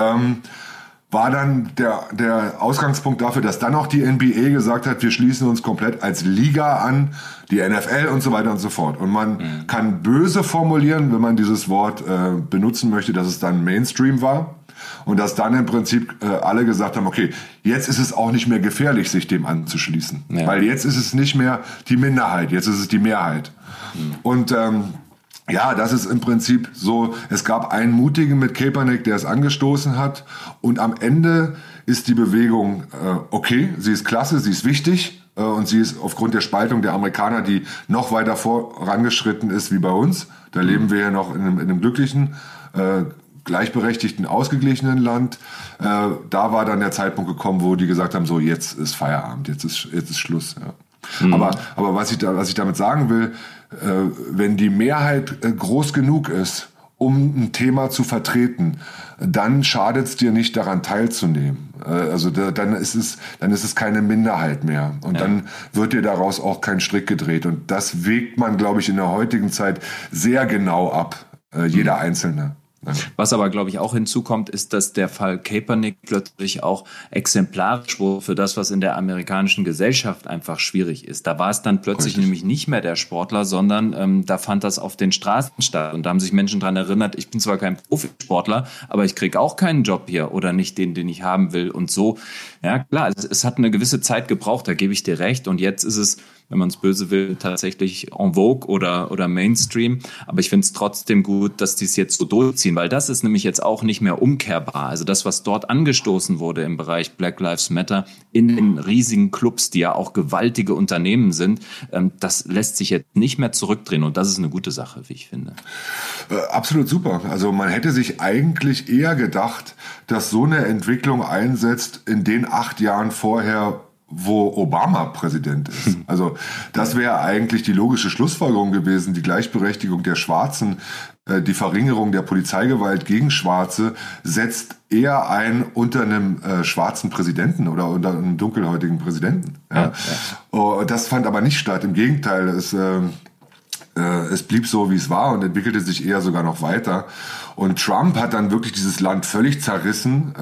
War dann der Ausgangspunkt dafür, dass dann auch die NBA gesagt hat, wir schließen uns komplett als Liga an, die NFL und so weiter und so fort. Und man kann böse formulieren, wenn man dieses Wort benutzen möchte, dass es dann Mainstream war und dass dann im Prinzip alle gesagt haben, okay, jetzt ist es auch nicht mehr gefährlich, sich dem anzuschließen. Ja. Weil jetzt ist es nicht mehr die Minderheit, jetzt ist es die Mehrheit. Und ja, das ist im Prinzip so, es gab einen Mutigen mit Kaepernick, der es angestoßen hat und am Ende ist die Bewegung okay, sie ist klasse, sie ist wichtig und sie ist aufgrund der Spaltung der Amerikaner, die noch weiter vorangeschritten ist wie bei uns, da leben wir ja noch in einem glücklichen, gleichberechtigten, ausgeglichenen Land, da war dann der Zeitpunkt gekommen, wo die gesagt haben, so jetzt ist Feierabend, jetzt ist Schluss, ja. Aber was ich damit sagen will, wenn die Mehrheit groß genug ist, um ein Thema zu vertreten, dann schadet es dir nicht, daran teilzunehmen. Also dann ist es keine Minderheit mehr. Und dann wird dir daraus auch kein Strick gedreht. Und das wägt man, glaube ich, in der heutigen Zeit sehr genau ab, jeder Einzelne. Ja. Was aber, glaube ich, auch hinzukommt, ist, dass der Fall Kaepernick plötzlich auch exemplarisch wurde für das, was in der amerikanischen Gesellschaft einfach schwierig ist. Da war es dann plötzlich nämlich nicht mehr der Sportler, sondern da fand das auf den Straßen statt. Und da haben sich Menschen dran erinnert, ich bin zwar kein Profisportler, aber ich kriege auch keinen Job hier oder nicht den ich haben will. Und so, ja klar, es hat eine gewisse Zeit gebraucht, da gebe ich dir recht. Und jetzt ist es wenn man es böse will, tatsächlich en vogue oder Mainstream. Aber ich finde es trotzdem gut, dass die es jetzt so durchziehen, weil das ist nämlich jetzt auch nicht mehr umkehrbar. Also das, was dort angestoßen wurde im Bereich Black Lives Matter in den riesigen Clubs, die ja auch gewaltige Unternehmen sind, das lässt sich jetzt nicht mehr zurückdrehen. Und das ist eine gute Sache, wie ich finde. Absolut super. Also man hätte sich eigentlich eher gedacht, dass so eine Entwicklung einsetzt in den 8 Jahren vorher, wo Obama Präsident ist. Also das wäre eigentlich die logische Schlussfolgerung gewesen, die Gleichberechtigung der Schwarzen, die Verringerung der Polizeigewalt gegen Schwarze setzt eher ein unter einem schwarzen Präsidenten oder unter einem dunkelhäutigen Präsidenten. Ja. Das fand aber nicht statt. Im Gegenteil, es blieb so, wie es war und entwickelte sich eher sogar noch weiter. Und Trump hat dann wirklich dieses Land völlig zerrissen,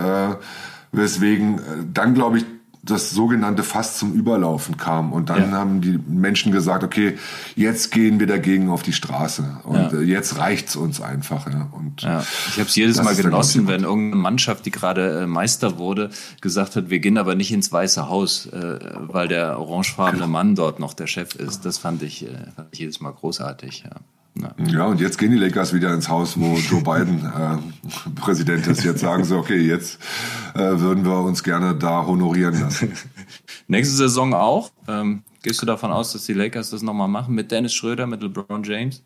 weswegen dann, glaube ich, das sogenannte Fass zum Überlaufen kam. Und dann haben die Menschen gesagt, okay, jetzt gehen wir dagegen auf die Straße. Und jetzt reicht's uns einfach. Ja. Und ich habe es jedes Mal genossen, wenn irgendeine Mannschaft, die gerade Meister wurde, gesagt hat, wir gehen aber nicht ins Weiße Haus, weil der orangefarbene Mann dort noch der Chef ist. Das fand ich jedes Mal großartig, ja. Ja, und jetzt gehen die Lakers wieder ins Haus, wo Joe Biden Präsident ist. Jetzt sagen sie, okay, jetzt würden wir uns gerne da honorieren lassen. Nächste Saison auch? Gehst du davon aus, dass die Lakers das nochmal machen mit Dennis Schröder, mit LeBron James?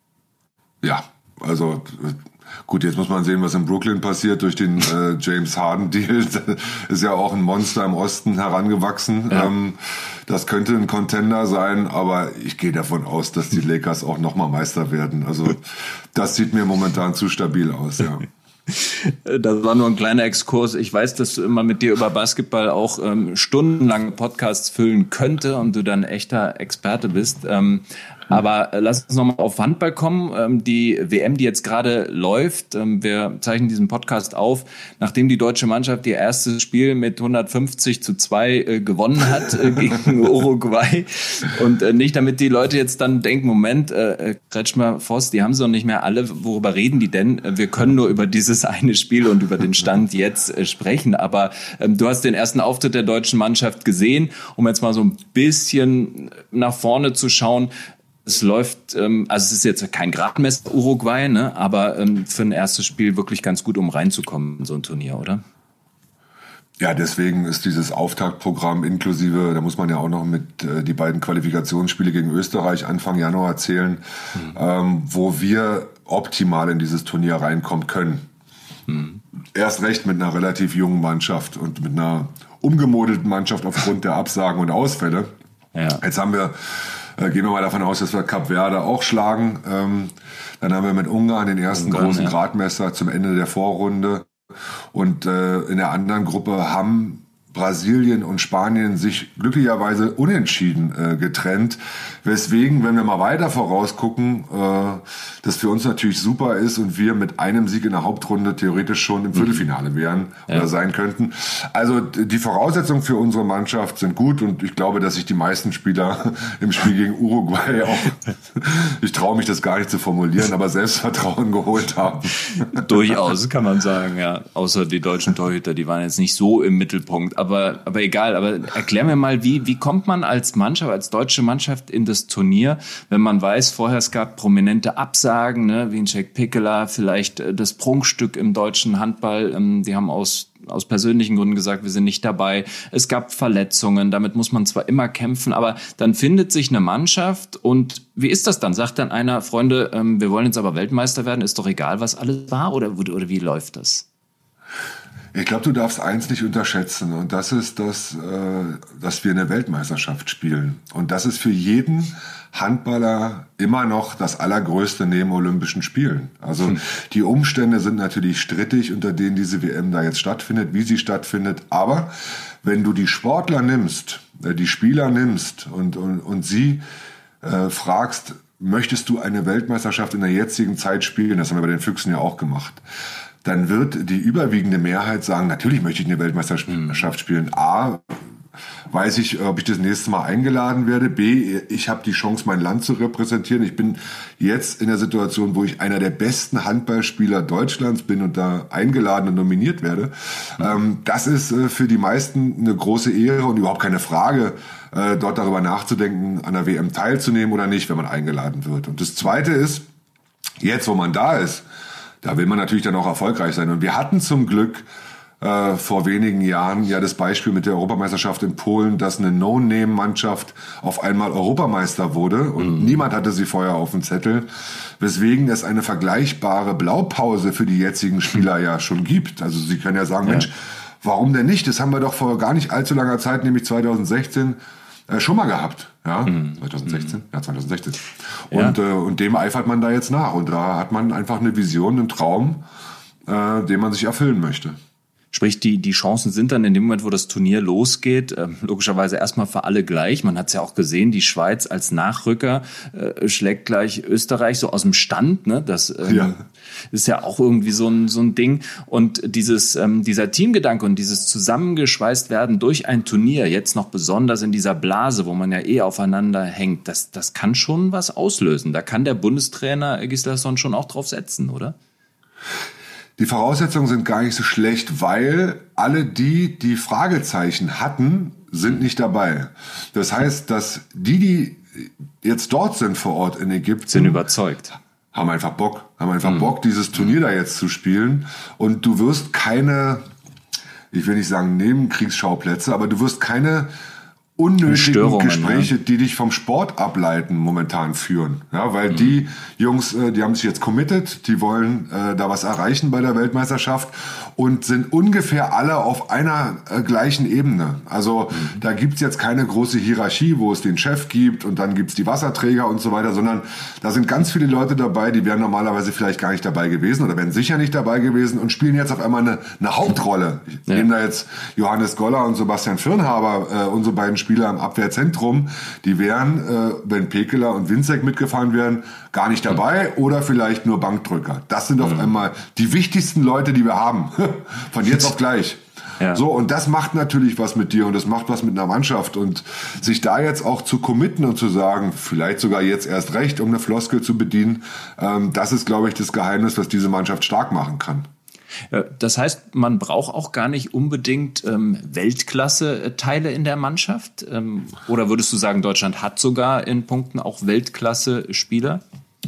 Ja, also gut, jetzt muss man sehen, was in Brooklyn passiert durch den James Harden-Deal. Ist ja auch ein Monster im Osten herangewachsen. Ja. Das könnte ein Contender sein, aber ich gehe davon aus, dass die Lakers auch nochmal Meister werden. Also das sieht mir momentan zu stabil aus, ja. Das war nur ein kleiner Exkurs. Ich weiß, dass man mit dir über Basketball auch stundenlange Podcasts füllen könnte und du dann echter Experte bist. Aber lass uns nochmal auf Handball kommen. Die WM, die jetzt gerade läuft, wir zeichnen diesen Podcast auf, nachdem die deutsche Mannschaft ihr erstes Spiel mit 150-2 gewonnen hat gegen Uruguay. Und nicht, damit die Leute jetzt dann denken, Moment, Kretschmer, Voss, die haben sie noch nicht mehr alle. Worüber reden die denn? Wir können nur über dieses eine Spiel und über den Stand jetzt sprechen. Aber du hast den ersten Auftritt der deutschen Mannschaft gesehen, um jetzt mal so ein bisschen nach vorne zu schauen. Es läuft, also es ist jetzt kein Gradmesser Uruguay, ne, aber für ein erstes Spiel wirklich ganz gut, um reinzukommen in so ein Turnier, oder? Ja, deswegen ist dieses Auftaktprogramm inklusive, da muss man ja auch noch mit die beiden Qualifikationsspiele gegen Österreich Anfang Januar zählen, wo wir optimal in dieses Turnier reinkommen können. Erst recht mit einer relativ jungen Mannschaft und mit einer umgemodelten Mannschaft aufgrund der Absagen und Ausfälle. Ja. Jetzt haben wir gehen wir mal davon aus, dass wir Kap Verde auch schlagen. Dann haben wir mit Ungarn den ersten großen Gradmesser zum Ende der Vorrunde. Und in der anderen Gruppe haben Brasilien und Spanien sich glücklicherweise unentschieden getrennt. Weswegen, wenn wir mal weiter vorausgucken, das für uns natürlich super ist und wir mit einem Sieg in der Hauptrunde theoretisch schon im Viertelfinale wären oder sein könnten. Also die Voraussetzungen für unsere Mannschaft sind gut und ich glaube, dass sich die meisten Spieler im Spiel gegen Uruguay auch, ich traue mich das gar nicht zu formulieren, aber Selbstvertrauen geholt haben. Durchaus, kann man sagen, ja. Außer die deutschen Torhüter, die waren jetzt nicht so im Mittelpunkt. Aber egal, aber erklär mir mal, wie kommt man als Mannschaft, als deutsche Mannschaft in das Turnier, wenn man weiß, vorher es gab prominente Absagen, ne, wie ein Jack Pikela, vielleicht das Prunkstück im deutschen Handball, die haben aus persönlichen Gründen gesagt, wir sind nicht dabei. Es gab Verletzungen, damit muss man zwar immer kämpfen, aber dann findet sich eine Mannschaft und wie ist das dann? Sagt dann einer, Freunde, wir wollen jetzt aber Weltmeister werden, ist doch egal, was alles war oder wie läuft das? Ich glaube, du darfst eins nicht unterschätzen und das ist, dass wir eine Weltmeisterschaft spielen. Und das ist für jeden Handballer immer noch das Allergrößte neben Olympischen Spielen. Also die Umstände sind natürlich strittig, unter denen diese WM da jetzt stattfindet, wie sie stattfindet. Aber wenn du die Sportler nimmst, die Spieler nimmst und sie fragst, möchtest du eine Weltmeisterschaft in der jetzigen Zeit spielen? Das haben wir bei den Füchsen ja auch gemacht. Dann wird die überwiegende Mehrheit sagen, natürlich möchte ich eine Weltmeisterschaft spielen. A, weiß ich, ob ich das nächste Mal eingeladen werde. B, ich habe die Chance, mein Land zu repräsentieren. Ich bin jetzt in der Situation, wo ich einer der besten Handballspieler Deutschlands bin und da eingeladen und nominiert werde. Das ist für die meisten eine große Ehre und überhaupt keine Frage, dort darüber nachzudenken, an der WM teilzunehmen oder nicht, wenn man eingeladen wird. Und das Zweite ist, jetzt, wo man da ist, da will man natürlich dann auch erfolgreich sein. Und wir hatten zum Glück vor wenigen Jahren ja das Beispiel mit der Europameisterschaft in Polen, dass eine No-Name-Mannschaft auf einmal Europameister wurde und niemand hatte sie vorher auf dem Zettel, weswegen es eine vergleichbare Blaupause für die jetzigen Spieler ja schon gibt. Also sie können ja sagen, Mensch, warum denn nicht? Das haben wir doch vor gar nicht allzu langer Zeit, nämlich 2016, schon mal gehabt. Ja, 2016? Ja, 2016. Und dem eifert man da jetzt nach. Und da hat man einfach eine Vision, einen Traum, den man sich erfüllen möchte. Sprich, die Chancen sind dann in dem Moment, wo das Turnier losgeht, logischerweise erstmal für alle gleich. Man hat es ja auch gesehen, die Schweiz als Nachrücker schlägt gleich Österreich so aus dem Stand. Ne? Das ist ja auch irgendwie so ein Ding. Und dieser Teamgedanke und dieses zusammengeschweißt werden durch ein Turnier, jetzt noch besonders in dieser Blase, wo man ja aufeinander hängt, das kann schon was auslösen. Da kann der Bundestrainer Gislason schon auch drauf setzen, oder? Die Voraussetzungen sind gar nicht so schlecht, weil alle die Fragezeichen hatten, sind nicht dabei. Das heißt, dass die jetzt dort sind vor Ort in Ägypten, sind überzeugt. Haben einfach Bock, dieses Turnier da jetzt zu spielen. Und du wirst keine, ich will nicht sagen Nebenkriegsschauplätze, aber du wirst keine unnötigen Gespräche, die dich vom Sport ableiten, momentan führen. Ja, weil die Jungs, die haben sich jetzt committed, die wollen da was erreichen bei der Weltmeisterschaft und sind ungefähr alle auf einer gleichen Ebene. Also da gibt's jetzt keine große Hierarchie, wo es den Chef gibt und dann gibt's die Wasserträger und so weiter, sondern da sind ganz viele Leute dabei, die wären normalerweise vielleicht gar nicht dabei gewesen oder wären sicher nicht dabei gewesen und spielen jetzt auf einmal eine Hauptrolle. Ich nehme da jetzt Johannes Goller und Sebastian Firnhaber, unsere beiden Spieler im Abwehrzentrum, die wären, wenn Pekeler und Winzek mitgefahren wären, gar nicht dabei oder vielleicht nur Bankdrücker. Das sind auf einmal die wichtigsten Leute, die wir haben. Von jetzt auf gleich. Ja. So, und das macht natürlich was mit dir und das macht was mit einer Mannschaft und sich da jetzt auch zu committen und zu sagen, vielleicht sogar jetzt erst recht, um eine Floskel zu bedienen, das ist, glaube ich, das Geheimnis, was diese Mannschaft stark machen kann. Das heißt, man braucht auch gar nicht unbedingt Weltklasse-Teile in der Mannschaft? Oder würdest du sagen, Deutschland hat sogar in Punkten auch Weltklasse-Spieler?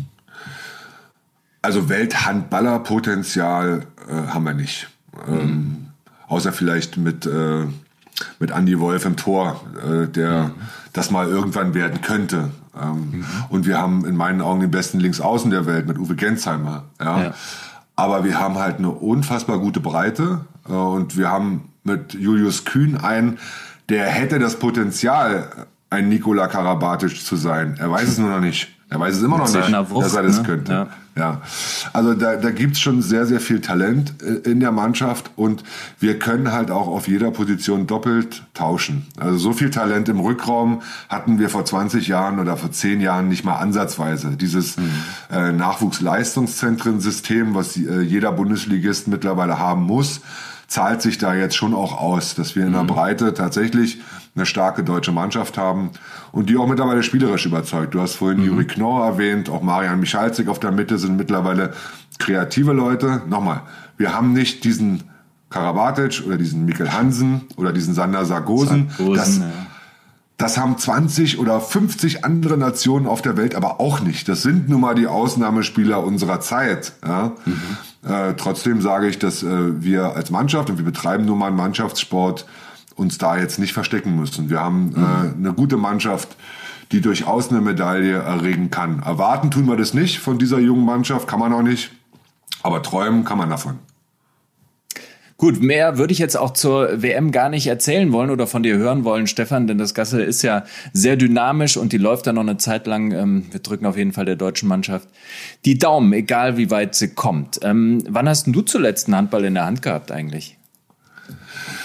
Also Welthandballerpotenzial haben wir nicht. Außer vielleicht mit Andi Wolf im Tor, der das mal irgendwann werden könnte. Und wir haben in meinen Augen den besten Linksaußen der Welt mit Uwe Gensheimer. Ja. Aber wir haben halt eine unfassbar gute Breite und wir haben mit Julius Kühn einen, der hätte das Potenzial, ein Nikola Karabatic zu sein. Er weiß es nur noch nicht. Er weiß es immer noch nicht, dass er das könnte. Ja. Also da gibt's schon sehr, sehr viel Talent in der Mannschaft und wir können halt auch auf jeder Position doppelt tauschen. Also so viel Talent im Rückraum hatten wir vor 20 Jahren oder vor 10 Jahren nicht mal ansatzweise. Dieses Nachwuchsleistungszentren-System, was jeder Bundesligist mittlerweile haben muss, zahlt sich da jetzt schon auch aus, dass wir in der Breite tatsächlich eine starke deutsche Mannschaft haben und die auch mittlerweile spielerisch überzeugt. Du hast vorhin Juri Knorr erwähnt, auch Marian Michalczyk auf der Mitte sind mittlerweile kreative Leute. Nochmal, wir haben nicht diesen Karabatic oder diesen Mikkel Hansen oder diesen Sander Sargosen. Das haben 20 oder 50 andere Nationen auf der Welt aber auch nicht. Das sind nun mal die Ausnahmespieler unserer Zeit. Ja? Trotzdem sage ich, dass wir als Mannschaft, und wir betreiben nun mal einen Mannschaftssport, uns da jetzt nicht verstecken müssen. Wir haben eine gute Mannschaft, die durchaus eine Medaille erregen kann. Erwarten tun wir das nicht von dieser jungen Mannschaft, kann man auch nicht. Aber träumen kann man davon. Gut, mehr würde ich jetzt auch zur WM gar nicht erzählen wollen oder von dir hören wollen, Stefan, denn das Ganze ist ja sehr dynamisch und die läuft dann noch eine Zeit lang. Wir drücken auf jeden Fall der deutschen Mannschaft die Daumen, egal wie weit sie kommt. Wann hast denn du zuletzt einen Handball in der Hand gehabt eigentlich?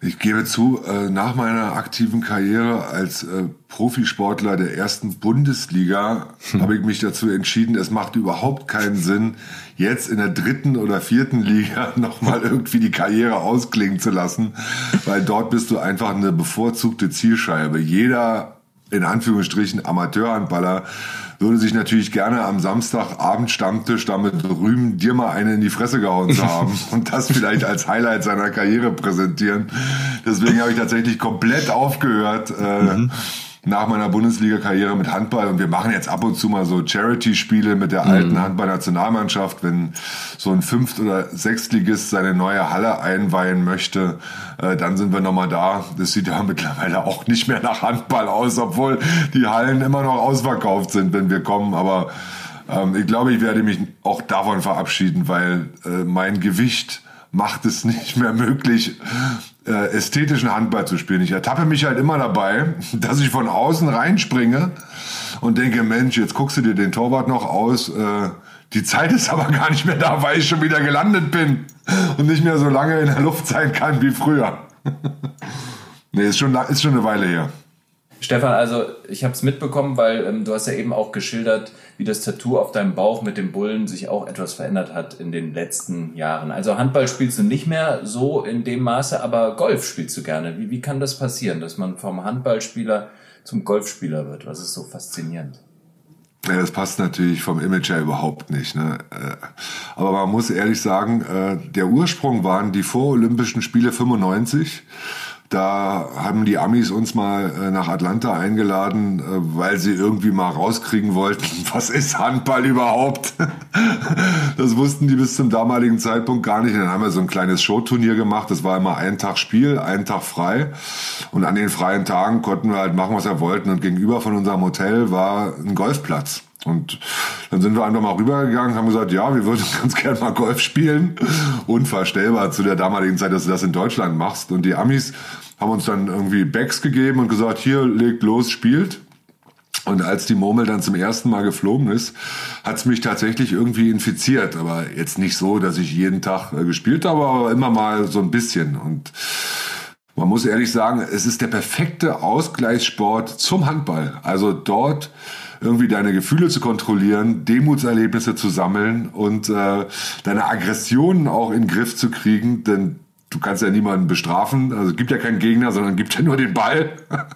Ich gebe zu, nach meiner aktiven Karriere als Profisportler der ersten Bundesliga habe ich mich dazu entschieden, es macht überhaupt keinen Sinn, jetzt in der 3. oder 4. Liga nochmal irgendwie die Karriere ausklingen zu lassen, weil dort bist du einfach eine bevorzugte Zielscheibe. Jeder, in Anführungsstrichen, Amateurhandballer würde sich natürlich gerne am Samstagabend Stammtisch damit rühmen, dir mal eine in die Fresse gehauen zu haben und das vielleicht als Highlight seiner Karriere präsentieren. Deswegen habe ich tatsächlich komplett aufgehört nach meiner Bundesliga-Karriere mit Handball, und wir machen jetzt ab und zu mal so Charity-Spiele mit der alten Handball-Nationalmannschaft, wenn so ein 5- oder 6-Ligist seine neue Halle einweihen möchte, dann sind wir nochmal da. Das sieht ja mittlerweile auch nicht mehr nach Handball aus, obwohl die Hallen immer noch ausverkauft sind, wenn wir kommen, aber ich glaube, ich werde mich auch davon verabschieden, weil mein Gewicht macht es nicht mehr möglich, ästhetischen Handball zu spielen. Ich ertappe mich halt immer dabei, dass ich von außen reinspringe und denke, Mensch, jetzt guckst du dir den Torwart noch aus. Die Zeit ist aber gar nicht mehr da, weil ich schon wieder gelandet bin und nicht mehr so lange in der Luft sein kann wie früher. Nee, ist schon eine Weile her. Stefan, also ich habe es mitbekommen, weil du hast ja eben auch geschildert, wie das Tattoo auf deinem Bauch mit dem Bullen sich auch etwas verändert hat in den letzten Jahren. Also Handball spielst du nicht mehr so in dem Maße, aber Golf spielst du gerne. Wie kann das passieren, dass man vom Handballspieler zum Golfspieler wird? Was ist so faszinierend? Ja, das passt natürlich vom Image her überhaupt nicht, ne? Aber man muss ehrlich sagen, der Ursprung waren die Vorolympischen Spiele 95. Da haben die Amis uns mal nach Atlanta eingeladen, weil sie irgendwie mal rauskriegen wollten, was ist Handball überhaupt? Das wussten die bis zum damaligen Zeitpunkt gar nicht. Dann haben wir so ein kleines Showturnier gemacht. Das war immer ein Tag Spiel, ein Tag frei. Und an den freien Tagen konnten wir halt machen, was wir wollten. Und gegenüber von unserem Hotel war ein Golfplatz. Und dann sind wir einfach mal rübergegangen, haben gesagt, ja, wir würden ganz gerne mal Golf spielen. Unvorstellbar zu der damaligen Zeit, dass du das in Deutschland machst. Und die Amis haben uns dann irgendwie Bags gegeben und gesagt, hier, legt los, spielt. Und als die Murmel dann zum ersten Mal geflogen ist, hat es mich tatsächlich irgendwie infiziert. Aber jetzt nicht so, dass ich jeden Tag gespielt habe, aber immer mal so ein bisschen. Und man muss ehrlich sagen, es ist der perfekte Ausgleichssport zum Handball. Also dort irgendwie deine Gefühle zu kontrollieren, Demutserlebnisse zu sammeln und deine Aggressionen auch in den Griff zu kriegen, denn du kannst ja niemanden bestrafen, also es gibt ja keinen Gegner, sondern gibt ja nur den Ball.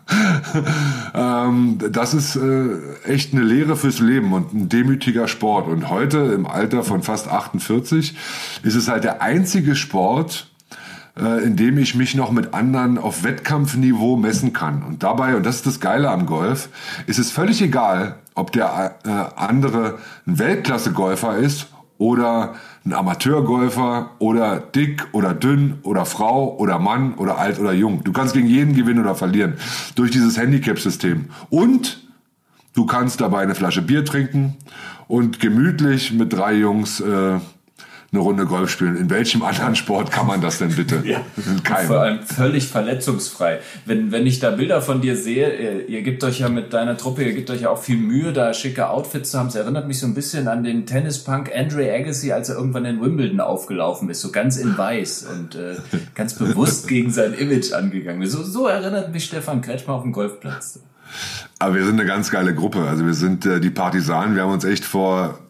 Das ist echt eine Lehre fürs Leben und ein demütiger Sport. Und heute im Alter von fast 48 ist es halt der einzige Sport, in dem ich mich noch mit anderen auf Wettkampfniveau messen kann. Und dabei, und das ist das Geile am Golf, ist es völlig egal, ob der andere ein Weltklasse-Golfer ist oder ein Amateurgolfer oder dick oder dünn oder Frau oder Mann oder alt oder jung. Du kannst gegen jeden gewinnen oder verlieren durch dieses Handicap-System. Und du kannst dabei eine Flasche Bier trinken und gemütlich mit 3 Jungs eine Runde Golf spielen. In welchem anderen Sport kann man das denn bitte? Ja, vor allem völlig verletzungsfrei. Wenn ich da Bilder von dir sehe, ihr gebt euch ja mit deiner Truppe, ihr gebt euch ja auch viel Mühe, da schicke Outfits zu haben. Es erinnert mich so ein bisschen an den Tennispunk Andre Agassi, als er irgendwann in Wimbledon aufgelaufen ist, so ganz in weiß und ganz bewusst gegen sein Image angegangen ist. So erinnert mich Stefan Kretschmer auf dem Golfplatz. Aber wir sind eine ganz geile Gruppe. Also wir sind die Partisanen. Wir haben uns echt vor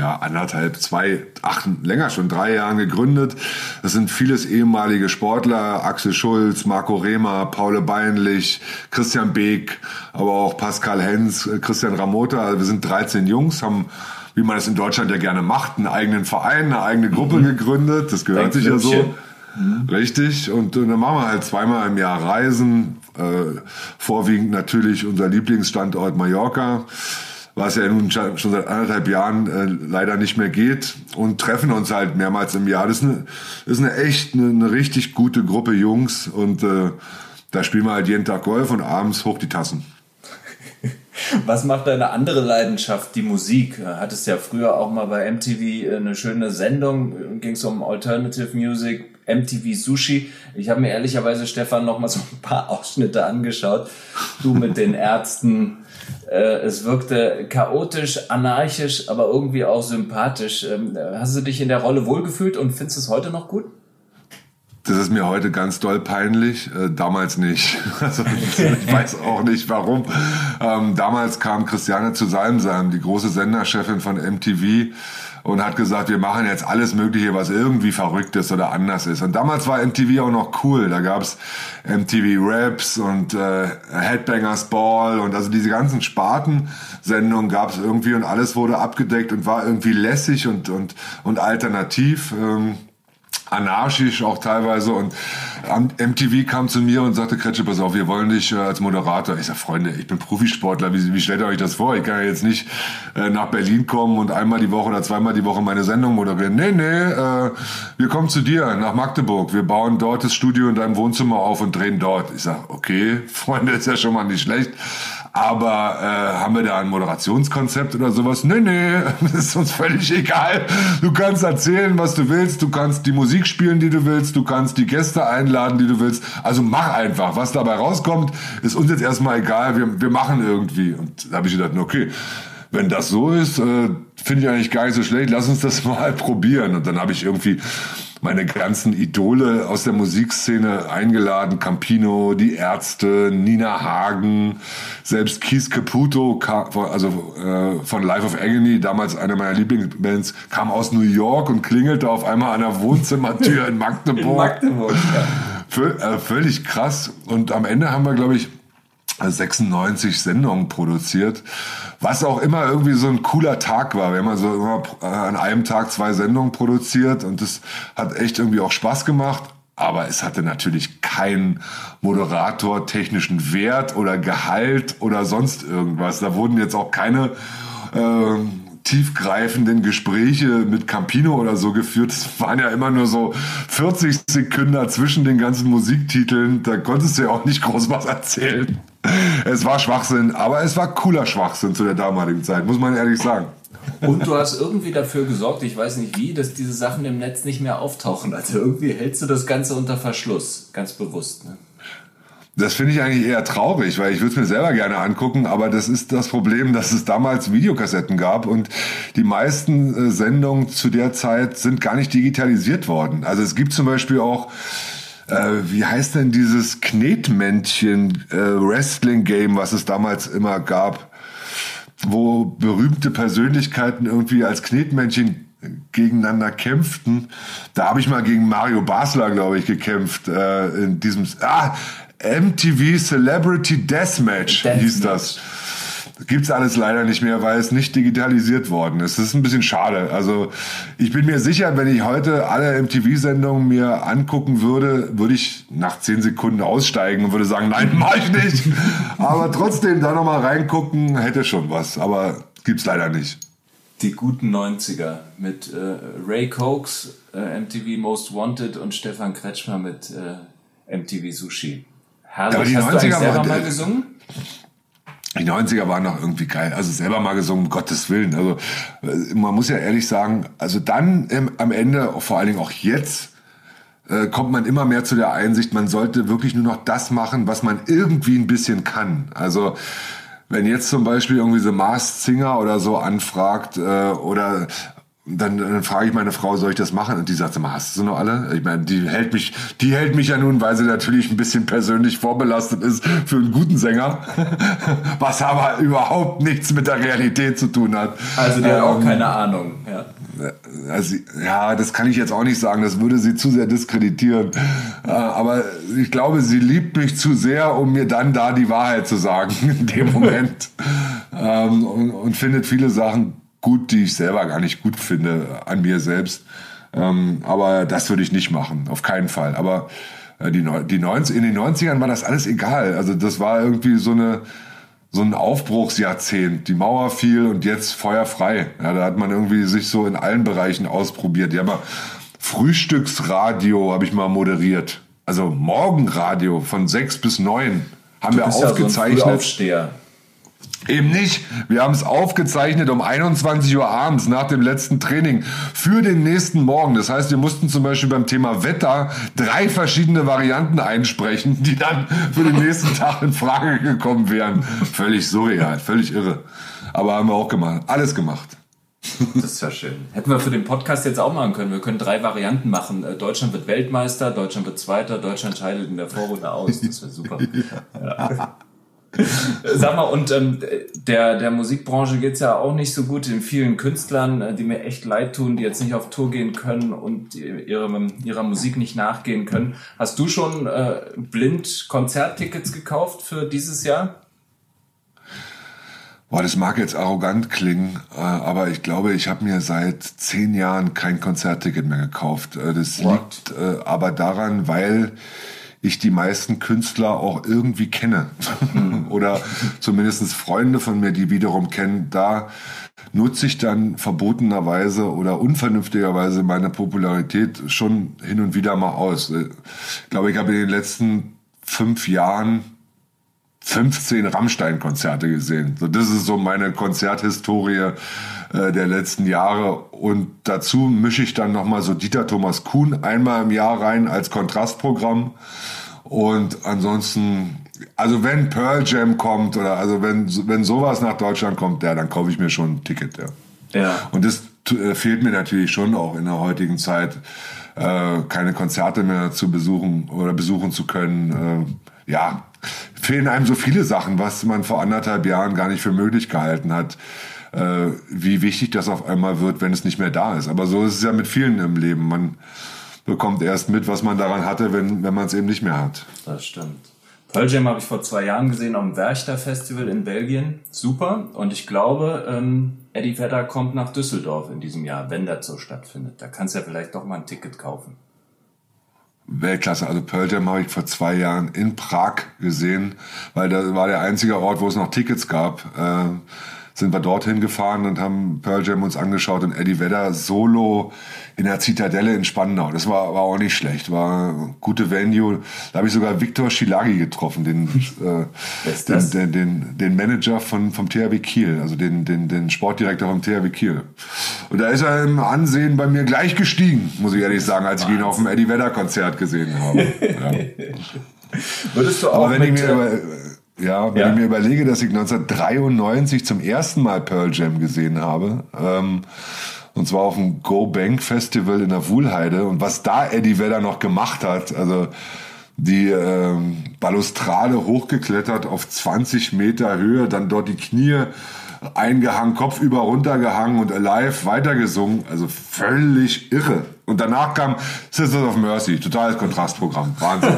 3 Jahren gegründet. Das sind vieles ehemalige Sportler. Axel Schulz, Marco Rehmer, Paul Beinlich, Christian Beek, aber auch Pascal Hens, Christian Ramota. Also wir sind 13 Jungs, haben, wie man es in Deutschland ja gerne macht, einen eigenen Verein, eine eigene Gruppe gegründet. Das gehört sich ja so. Richtig. Und dann machen wir halt 2-mal im Jahr Reisen. Vorwiegend natürlich unser Lieblingsstandort Mallorca, was ja nun schon seit 1,5 Jahren leider nicht mehr geht, und treffen uns halt mehrmals im Jahr. Das ist eine echt eine richtig gute Gruppe Jungs, und da spielen wir halt jeden Tag Golf und abends hoch die Tassen. Was macht deine andere Leidenschaft, die Musik? Hattest ja früher auch mal bei MTV eine schöne Sendung, ging es um Alternative Music, MTV Sushi. Ich habe mir ehrlicherweise, Stefan, noch mal so ein paar Ausschnitte angeschaut. Du mit den Ärzten. Es wirkte chaotisch, anarchisch, aber irgendwie auch sympathisch. Hast du dich in der Rolle wohlgefühlt und findest es heute noch gut? Das ist mir heute ganz doll peinlich, damals nicht. Also, ich weiß auch nicht warum. Damals kam Christiane zu Salmsalm, die große Senderchefin von MTV, und hat gesagt, wir machen jetzt alles Mögliche, was irgendwie verrückt ist oder anders ist. Und damals war MTV auch noch cool. Da gab's MTV Raps und Headbangers Ball und also diese ganzen Spartensendungen gab's irgendwie und alles wurde abgedeckt und war irgendwie lässig und alternativ. Anarchisch auch teilweise, und MTV kam zu mir und sagte, Kretsche, pass auf, wir wollen dich als Moderator. Ich sag, Freunde, ich bin Profisportler, wie stellt ihr euch das vor? Ich kann ja jetzt nicht nach Berlin kommen und einmal die Woche oder zweimal die Woche meine Sendung moderieren. Nee, wir kommen zu dir nach Magdeburg, wir bauen dort das Studio in deinem Wohnzimmer auf und drehen dort. Ich sag, okay, Freunde, ist ja schon mal nicht schlecht. Aber haben wir da ein Moderationskonzept oder sowas? Nee, das ist uns völlig egal. Du kannst erzählen, was du willst, du kannst die Musik spielen, die du willst, du kannst die Gäste einladen, die du willst. Also mach einfach. Was dabei rauskommt, ist uns jetzt erstmal egal, wir machen irgendwie. Und da habe ich gedacht, okay, wenn das so ist, finde ich eigentlich gar nicht so schlecht, lass uns das mal probieren. Und dann habe ich irgendwie meine ganzen Idole aus der Musikszene eingeladen, Campino, die Ärzte, Nina Hagen, selbst Keith Caputo, von Life of Agony, damals eine meiner Lieblingsbands, kam aus New York und klingelte auf einmal an der Wohnzimmertür in Magdeburg. Ja. Völlig krass. Und am Ende haben wir, glaube ich, 96 Sendungen produziert, was auch immer irgendwie so ein cooler Tag war. Wir haben also immer an einem Tag 2 Sendungen produziert und das hat echt irgendwie auch Spaß gemacht, aber es hatte natürlich keinen moderatortechnischen Wert oder Gehalt oder sonst irgendwas. Da wurden jetzt auch keine tiefgreifenden Gespräche mit Campino oder so geführt. Es waren ja immer nur so 40 Sekunden zwischen den ganzen Musiktiteln. Da konntest du ja auch nicht groß was erzählen. Es war Schwachsinn, aber es war cooler Schwachsinn zu der damaligen Zeit, muss man ehrlich sagen. Und du hast irgendwie dafür gesorgt, ich weiß nicht wie, dass diese Sachen im Netz nicht mehr auftauchen. Also irgendwie hältst du das Ganze unter Verschluss, ganz bewusst. Ne? Das finde ich eigentlich eher traurig, weil ich würde es mir selber gerne angucken, aber das ist das Problem, dass es damals Videokassetten gab und die meisten Sendungen zu der Zeit sind gar nicht digitalisiert worden. Also es gibt zum Beispiel auch wie heißt denn dieses Knetmännchen Wrestling-Game, was es damals immer gab, wo berühmte Persönlichkeiten irgendwie als Knetmännchen gegeneinander kämpften. Da habe ich mal gegen Mario Basler, glaube ich, gekämpft. In diesem MTV Celebrity Deathmatch hieß das. Gibt's alles leider nicht mehr, weil es nicht digitalisiert worden ist. Das ist ein bisschen schade. Also ich bin mir sicher, wenn ich heute alle MTV-Sendungen mir angucken würde, würde ich nach 10 Sekunden aussteigen und würde sagen, nein, mach ich nicht. Aber trotzdem da nochmal reingucken, hätte schon was. Aber gibt's leider nicht. Die guten 90er mit Ray Cokes, MTV Most Wanted und Stefan Kretschmer mit MTV Sushi. Herrlich. Aber die Hast 90er du eigentlich selber mal gesungen? Die 90er waren noch irgendwie geil. Also selber mal gesungen, um Gottes Willen. Also man muss ja ehrlich sagen, also dann am Ende, vor allen Dingen auch jetzt, kommt man immer mehr zu der Einsicht, man sollte wirklich nur noch das machen, was man irgendwie ein bisschen kann. Also wenn jetzt zum Beispiel irgendwie so Masked Singer oder so anfragt oder dann frage ich meine Frau, soll ich das machen? Und die sagt immer, hast du noch alle? Ich meine, die hält mich ja nun, weil sie natürlich ein bisschen persönlich vorbelastet ist für einen guten Sänger, was aber überhaupt nichts mit der Realität zu tun hat. Also die hat auch keine Ahnung, ja. Also, ja, das kann ich jetzt auch nicht sagen, das würde sie zu sehr diskreditieren. Aber ich glaube, sie liebt mich zu sehr, um mir dann da die Wahrheit zu sagen in dem Moment. Und findet viele Sachen gut, die ich selber gar nicht gut finde an mir selbst. Aber das würde ich nicht machen, auf keinen Fall. Aber in den 90ern war das alles egal. Also das war irgendwie so ein Aufbruchsjahrzehnt. Die Mauer fiel und jetzt feuerfrei. Ja, da hat man irgendwie sich so in allen Bereichen ausprobiert. Ja, aber Frühstücksradio habe ich mal moderiert. Also Morgenradio von 6 bis 9 haben wir aufgezeichnet. Ja, so ein Frühaufsteher. Eben nicht. Wir haben es aufgezeichnet um 21 Uhr abends nach dem letzten Training für den nächsten Morgen. Das heißt, wir mussten zum Beispiel beim Thema Wetter 3 verschiedene Varianten einsprechen, die dann für den nächsten Tag in Frage gekommen wären. Völlig surreal, völlig irre. Aber haben wir auch gemacht. Alles gemacht. Das ist ja schön. Hätten wir für den Podcast jetzt auch machen können. Wir können 3 Varianten machen. Deutschland wird Weltmeister, Deutschland wird Zweiter, Deutschland scheidet in der Vorrunde aus. Das wäre super. Ja. Sag mal, und der Musikbranche geht's ja auch nicht so gut. Den vielen Künstlern, die mir echt leid tun, die jetzt nicht auf Tour gehen können und ihrer Musik nicht nachgehen können. Hast du schon blind Konzerttickets gekauft für dieses Jahr? Boah, das mag jetzt arrogant klingen, aber ich glaube, ich habe mir seit 10 Jahren kein Konzertticket mehr gekauft. Das liegt aber daran, weil ich die meisten Künstler auch irgendwie kenne. Oder zumindest Freunde von mir, die wiederum kennen. Da nutze ich dann verbotenerweise oder unvernünftigerweise meine Popularität schon hin und wieder mal aus. Ich glaube, ich habe in den letzten 5 Jahren 15 Rammstein-Konzerte gesehen. So, das ist so meine Konzerthistorie der letzten Jahre. Und dazu mische ich dann nochmal so Dieter Thomas Kuhn einmal im Jahr rein als Kontrastprogramm. Und ansonsten, also wenn Pearl Jam kommt oder also wenn sowas nach Deutschland kommt, ja, dann kaufe ich mir schon ein Ticket. Ja. Und das fehlt mir natürlich schon auch in der heutigen Zeit, keine Konzerte mehr zu besuchen oder besuchen zu können. Ja, fehlen einem so viele Sachen, was man vor 1,5 Jahren gar nicht für möglich gehalten hat, wie wichtig das auf einmal wird, wenn es nicht mehr da ist. Aber so ist es ja mit vielen im Leben. Man bekommt erst mit, was man daran hatte, wenn man es eben nicht mehr hat. Das stimmt. Pearl Jam habe ich vor 2 Jahren gesehen auf dem Werchter Festival in Belgien. Super. Und ich glaube, Eddie Vedder kommt nach Düsseldorf in diesem Jahr, wenn das so stattfindet. Da kannst du ja vielleicht doch mal ein Ticket kaufen. Weltklasse. Also Pearl Jam habe ich vor 2 Jahren in Prag gesehen, weil da war der einzige Ort, wo es noch Tickets gab. Sind wir dorthin gefahren und haben Pearl Jam uns angeschaut und Eddie Vedder solo in der Zitadelle in Spandau. Das war auch nicht schlecht, war eine gute Venue. Da habe ich sogar Viktor Schillagy getroffen, den Manager vom THW Kiel, also den Sportdirektor vom THW Kiel. Und da ist er im Ansehen bei mir gleich gestiegen, muss ich ehrlich sagen, als ich ihn auf dem Eddie Vedder Konzert gesehen habe. Ja. Würdest du auch wenn ich mir überlege, dass ich 1993 zum ersten Mal Pearl Jam gesehen habe, und zwar auf dem Go Bank Festival in der Wuhlheide, und was da Eddie Vedder noch gemacht hat, also die Balustrade hochgeklettert auf 20 Meter Höhe, dann dort die Knie eingehangen, kopfüber runtergehangen und Alive weitergesungen, also völlig irre. Und danach kam Sisters of Mercy, totales Kontrastprogramm, Wahnsinn.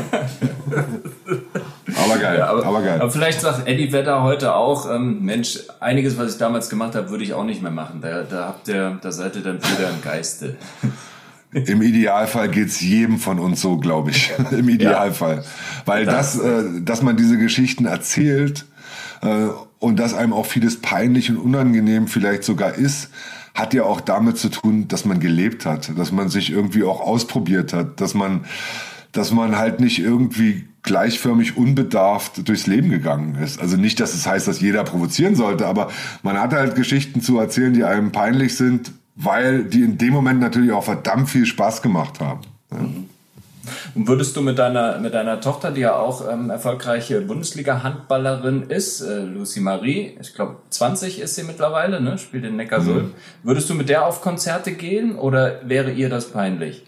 Aber geil, aber geil. Aber vielleicht sagt Eddie Vedder heute auch, Mensch, einiges, was ich damals gemacht habe, würde ich auch nicht mehr machen. Da seid ihr dann wieder im Geiste. Im Idealfall geht's jedem von uns so, glaube ich. Im Idealfall. Weil dass man diese Geschichten erzählt und dass einem auch vieles peinlich und unangenehm vielleicht sogar ist, hat ja auch damit zu tun, dass man gelebt hat, dass man sich irgendwie auch ausprobiert hat, dass man halt nicht irgendwie gleichförmig unbedarft durchs Leben gegangen ist. Also nicht, dass es heißt, dass jeder provozieren sollte, aber man hat halt Geschichten zu erzählen, die einem peinlich sind, weil die in dem Moment natürlich auch verdammt viel Spaß gemacht haben. Ja. Und würdest du mit deiner Tochter, die ja auch erfolgreiche Bundesliga-Handballerin ist, Lucy Marie, ich glaube 20 ist sie mittlerweile, ne? Spielt in Neckarsulm, würdest du mit der auf Konzerte gehen oder wäre ihr das peinlich?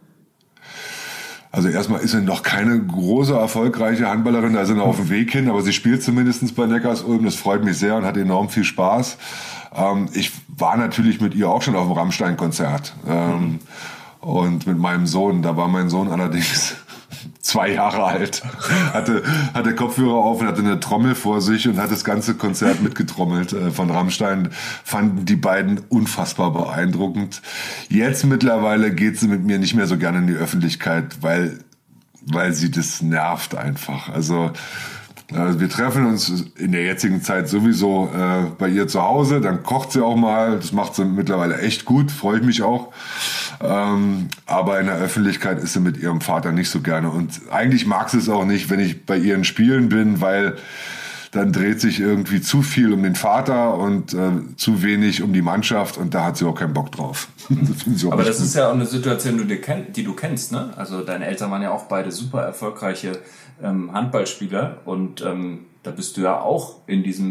Also erstmal ist sie noch keine große, erfolgreiche Handballerin, da ist sie noch auf dem Weg hin, aber sie spielt zumindest bei Neckarsulm, das freut mich sehr und hat enorm viel Spaß. Ich war natürlich mit ihr auch schon auf dem Rammstein-Konzert. Und mit meinem Sohn, da war mein Sohn allerdings 2 Jahre alt, hatte Kopfhörer auf und hatte eine Trommel vor sich und hat das ganze Konzert mitgetrommelt von Rammstein. Fanden die beiden unfassbar beeindruckend. Jetzt mittlerweile geht sie mit mir nicht mehr so gerne in die Öffentlichkeit, weil sie das nervt einfach. Also wir treffen uns in der jetzigen Zeit sowieso bei ihr zu Hause, dann kocht sie auch mal, das macht sie mittlerweile echt gut, freue ich mich auch. Aber in der Öffentlichkeit ist sie mit ihrem Vater nicht so gerne und eigentlich mag sie es auch nicht, wenn ich bei ihren Spielen bin, weil dann dreht sich irgendwie zu viel um den Vater und zu wenig um die Mannschaft und da hat sie auch keinen Bock drauf. Aber das ist ja auch eine Situation, die du kennst, ne? Also deine Eltern waren ja auch beide super erfolgreiche Handballspieler und da bist du ja auch in diesem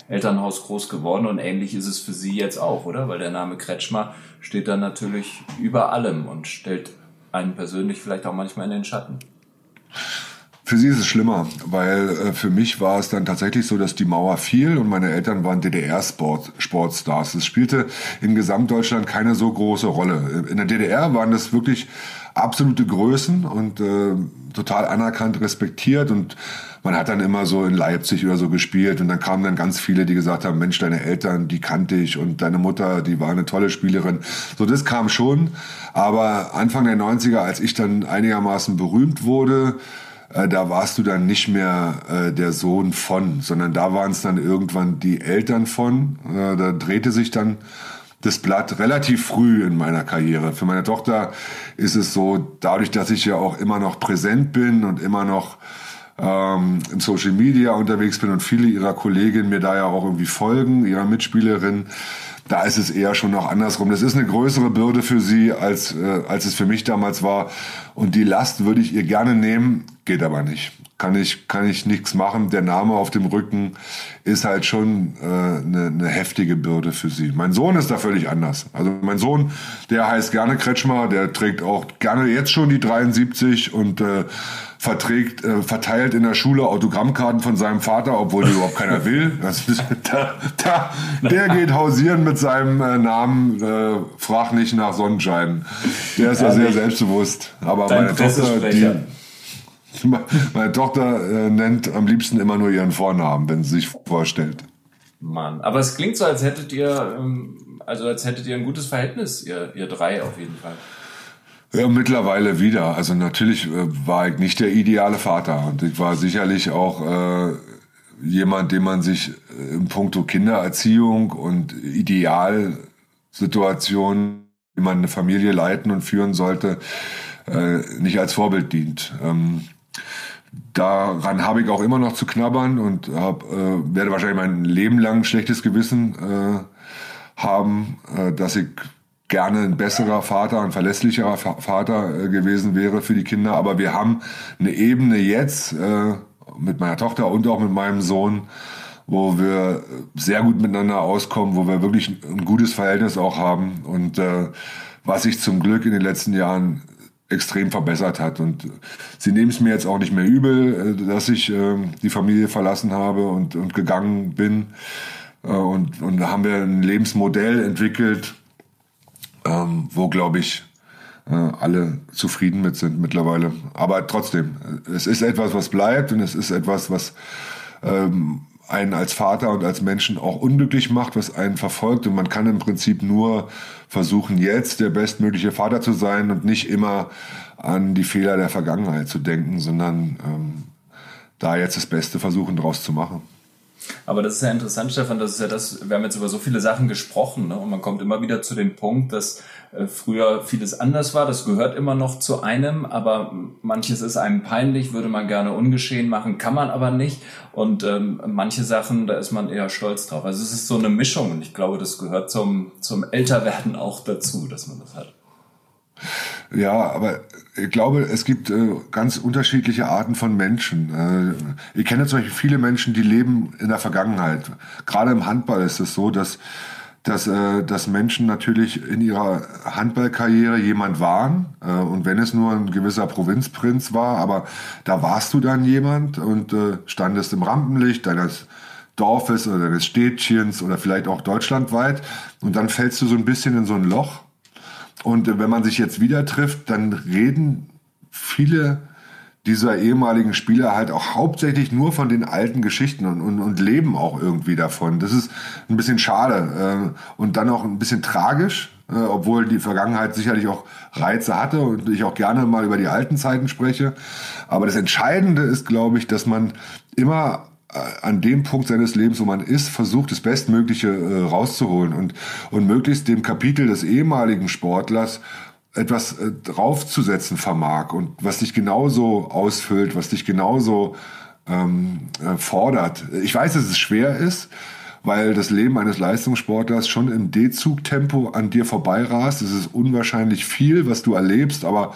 Elternhaus groß geworden und ähnlich ist es für Sie jetzt auch, oder? Weil der Name Kretschmer steht dann natürlich über allem und stellt einen persönlich vielleicht auch manchmal in den Schatten. Für sie ist es schlimmer, weil für mich war es dann tatsächlich so, dass die Mauer fiel und meine Eltern waren DDR-Sportstars. Es spielte in Gesamtdeutschland keine so große Rolle. In der DDR waren das wirklich absolute Größen und total anerkannt, respektiert, und man hat dann immer so in Leipzig oder so gespielt und dann kamen dann ganz viele, die gesagt haben, Mensch, deine Eltern, die kannte ich, und deine Mutter, die war eine tolle Spielerin. So, das kam schon, aber Anfang der 90er, als ich dann einigermaßen berühmt wurde, da warst du dann nicht mehr der Sohn von, sondern da waren es dann irgendwann die Eltern von. Da drehte sich dann das Blatt relativ früh in meiner Karriere. Für meine Tochter ist es so, dadurch, dass ich ja auch immer noch präsent bin und immer noch in Social Media unterwegs bin und viele ihrer Kolleginnen mir da ja auch irgendwie folgen, ihrer Mitspielerin, da ist es eher schon noch andersrum. Das ist eine größere Bürde für sie, als es für mich damals war. Und die Last würde ich ihr gerne nehmen, geht aber nicht. Kann ich nichts machen. Der Name auf dem Rücken ist halt schon eine heftige Bürde für sie. Mein Sohn ist da völlig anders. Also mein Sohn, der heißt gerne Kretschmer, der trägt auch gerne jetzt schon die 73 und verteilt in der Schule Autogrammkarten von seinem Vater, obwohl die überhaupt keiner will. Der geht hausieren mit seinem Namen, frag nicht nach Sonnenschein. Der ist ja sehr selbstbewusst. Aber meine Tochter nennt am liebsten immer nur ihren Vornamen, wenn sie sich vorstellt. Mann, aber es klingt so, als hättet ihr ein gutes Verhältnis, ihr drei auf jeden Fall. Ja, mittlerweile wieder. Also natürlich war ich nicht der ideale Vater und ich war sicherlich auch jemand, dem man sich in puncto Kindererziehung und Idealsituationen, wie man eine Familie leiten und führen sollte, nicht als Vorbild dient. Daran habe ich auch immer noch zu knabbern und werde wahrscheinlich mein Leben lang ein schlechtes Gewissen haben, dass ich gerne ein besserer Vater, ein verlässlicherer Vater gewesen wäre für die Kinder. Aber wir haben eine Ebene jetzt mit meiner Tochter und auch mit meinem Sohn, wo wir sehr gut miteinander auskommen, wo wir wirklich ein gutes Verhältnis auch haben und was sich zum Glück in den letzten Jahren extrem verbessert hat. Und sie nehmen es mir jetzt auch nicht mehr übel, dass ich die Familie verlassen habe und gegangen bin. Und da haben wir ein Lebensmodell entwickelt, wo, glaube ich, alle zufrieden mit sind mittlerweile. Aber trotzdem, es ist etwas, was bleibt, und es ist etwas, was einen als Vater und als Menschen auch unglücklich macht, was einen verfolgt. Und man kann im Prinzip nur versuchen, jetzt der bestmögliche Vater zu sein und nicht immer an die Fehler der Vergangenheit zu denken, sondern da jetzt das Beste versuchen, draus zu machen. Aber das ist ja interessant, Stefan, das ist ja das, wir haben jetzt über so viele Sachen gesprochen, ne? Und man kommt immer wieder zu dem Punkt, dass früher vieles anders war, das gehört immer noch zu einem, aber manches ist einem peinlich, würde man gerne ungeschehen machen, kann man aber nicht, und manche Sachen, da ist man eher stolz drauf. Also es ist so eine Mischung, und ich glaube, das gehört zum Älterwerden auch dazu, dass man das hat. Ja, aber ich glaube, es gibt ganz unterschiedliche Arten von Menschen. Ich kenne zum Beispiel viele Menschen, die leben in der Vergangenheit. Gerade im Handball ist es so, dass Menschen natürlich in ihrer Handballkarriere jemand waren. Und wenn es nur ein gewisser Provinzprinz war, aber da warst du dann jemand und standest im Rampenlicht deines Dorfes oder deines Städtchens oder vielleicht auch deutschlandweit. Und dann fällst du so ein bisschen in so ein Loch. Und wenn man sich jetzt wieder trifft, dann reden viele dieser ehemaligen Spieler halt auch hauptsächlich nur von den alten Geschichten und leben auch irgendwie davon. Das ist ein bisschen schade und dann auch ein bisschen tragisch, obwohl die Vergangenheit sicherlich auch Reize hatte und ich auch gerne mal über die alten Zeiten spreche. Aber das Entscheidende ist, glaube ich, dass man immer an dem Punkt seines Lebens, wo man ist, versucht, das Bestmögliche rauszuholen und möglichst dem Kapitel des ehemaligen Sportlers etwas draufzusetzen vermag und was dich genauso ausfüllt, was dich genauso fordert. Ich weiß, dass es schwer ist, weil das Leben eines Leistungssportlers schon im D-Zug-Tempo an dir vorbeirast. Es ist unwahrscheinlich viel, was du erlebst, aber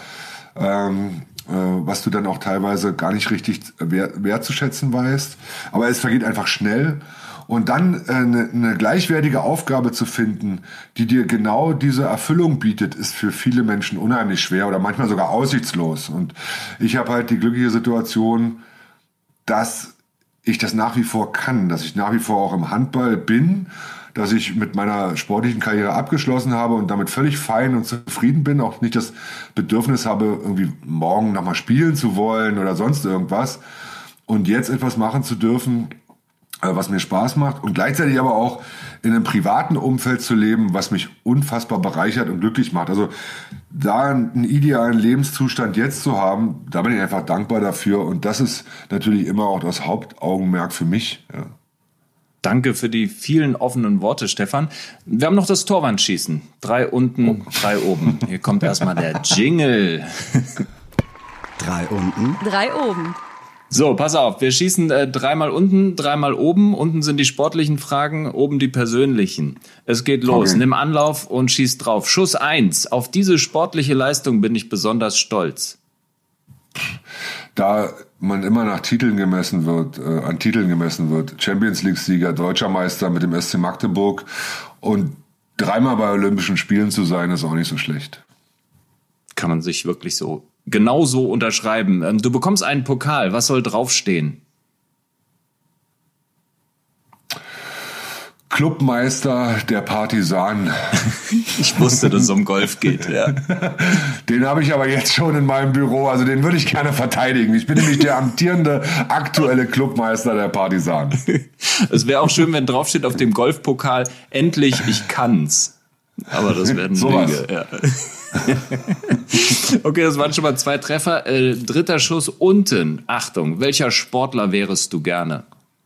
was du dann auch teilweise gar nicht richtig wertzuschätzen weißt. Aber es vergeht einfach schnell Und dann eine gleichwertige Aufgabe zu finden, die dir genau diese Erfüllung bietet, ist für viele Menschen unheimlich schwer oder manchmal sogar aussichtslos. Und ich habe halt die glückliche Situation, dass ich das nach wie vor kann, dass ich nach wie vor auch im Handball bin, dass ich mit meiner sportlichen Karriere abgeschlossen habe und damit völlig fein und zufrieden bin, auch nicht das Bedürfnis habe, irgendwie morgen nochmal spielen zu wollen oder sonst irgendwas. Und jetzt etwas machen zu dürfen, was mir Spaß macht und gleichzeitig aber auch in einem privaten Umfeld zu leben, was mich unfassbar bereichert und glücklich macht. Also da einen idealen Lebenszustand jetzt zu haben, da bin ich einfach dankbar dafür und das ist natürlich immer auch das Hauptaugenmerk für mich. Ja. Danke für die vielen offenen Worte, Stefan. Wir haben noch das Torwandschießen. 3 unten, 3 oben. Hier kommt erstmal der Jingle. 3 unten, 3 oben. So, pass auf, wir schießen 3-mal unten, 3-mal oben. Unten sind die sportlichen Fragen, oben die persönlichen. Es geht los, okay. Nimm Anlauf und schieß drauf. Schuss 1. Auf diese sportliche Leistung bin ich besonders stolz. Da man immer nach Titeln gemessen wird, an Titeln gemessen wird, Champions League-Sieger, Deutscher Meister mit dem SC Magdeburg und 3-mal bei Olympischen Spielen zu sein, ist auch nicht so schlecht. Kann man sich wirklich so genauso unterschreiben. Du bekommst einen Pokal. Was soll draufstehen? Clubmeister der Partisanen. Ich wusste, dass es um Golf geht. Ja. Den habe ich aber jetzt schon in meinem Büro. Also den würde ich gerne verteidigen. Ich bin nämlich der amtierende, aktuelle Clubmeister der Partisanen. Es wäre auch schön, wenn draufsteht auf dem Golfpokal, endlich, ich kann's. Aber das werden Lüge. Ja. Okay, das waren schon mal 2 Treffer. 3. Schuss unten. Achtung, welcher Sportler wärest du gerne?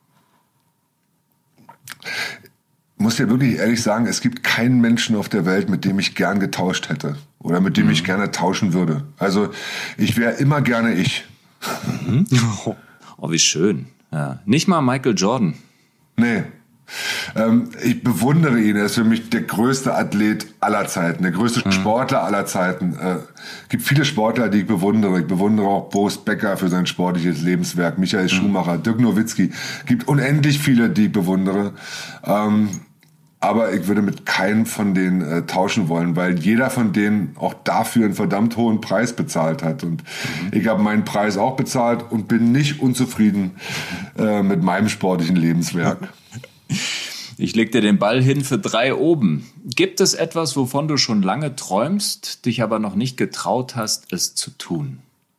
Ich muss dir wirklich ehrlich sagen, es gibt keinen Menschen auf der Welt, mit dem ich gern getauscht hätte. Oder mit dem ich gerne tauschen würde. Also ich wäre immer gerne ich. Mhm. Oh, wie schön. Ja. Nicht mal Michael Jordan. Nee. Ich bewundere ihn. Er ist für mich der größte Athlet aller Zeiten, der größte Sportler aller Zeiten. Es gibt viele Sportler, die ich bewundere. Ich bewundere auch Boris Becker für sein sportliches Lebenswerk, Michael Schumacher, Dirk Nowitzki. Es gibt unendlich viele, die ich bewundere. Aber ich würde mit keinem von denen tauschen wollen, weil jeder von denen auch dafür einen verdammt hohen Preis bezahlt hat. Und ich habe meinen Preis auch bezahlt und bin nicht unzufrieden mit meinem sportlichen Lebenswerk. Ich leg dir den Ball hin für 3 oben. Gibt es etwas, wovon du schon lange träumst, dich aber noch nicht getraut hast, es zu tun?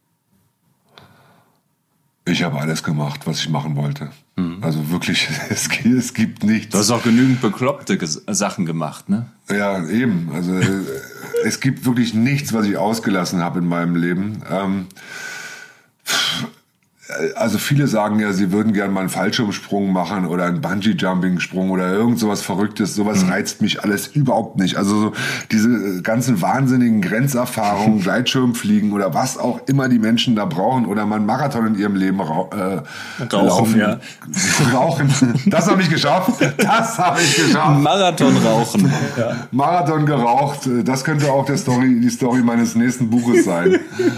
Ich habe alles gemacht, was ich machen wollte. Also wirklich, es gibt nichts. Du hast auch genügend bekloppte Sachen gemacht, ne? Ja, eben. Also es gibt wirklich nichts, was ich ausgelassen habe in meinem Leben. Also viele sagen ja, sie würden gerne mal einen Fallschirmsprung machen oder einen Bungee-Jumping-Sprung oder irgend sowas Verrücktes. Sowas reizt mich alles überhaupt nicht. Also so diese ganzen wahnsinnigen Grenzerfahrungen, Gleitschirmfliegen oder was auch immer die Menschen da brauchen oder mal einen Marathon in ihrem Leben laufen. Ja. Rauchen. Das habe ich geschafft. Das habe ich geschafft. Marathon rauchen. Ja. Marathon geraucht. Das könnte auch die Story meines nächsten Buches sein.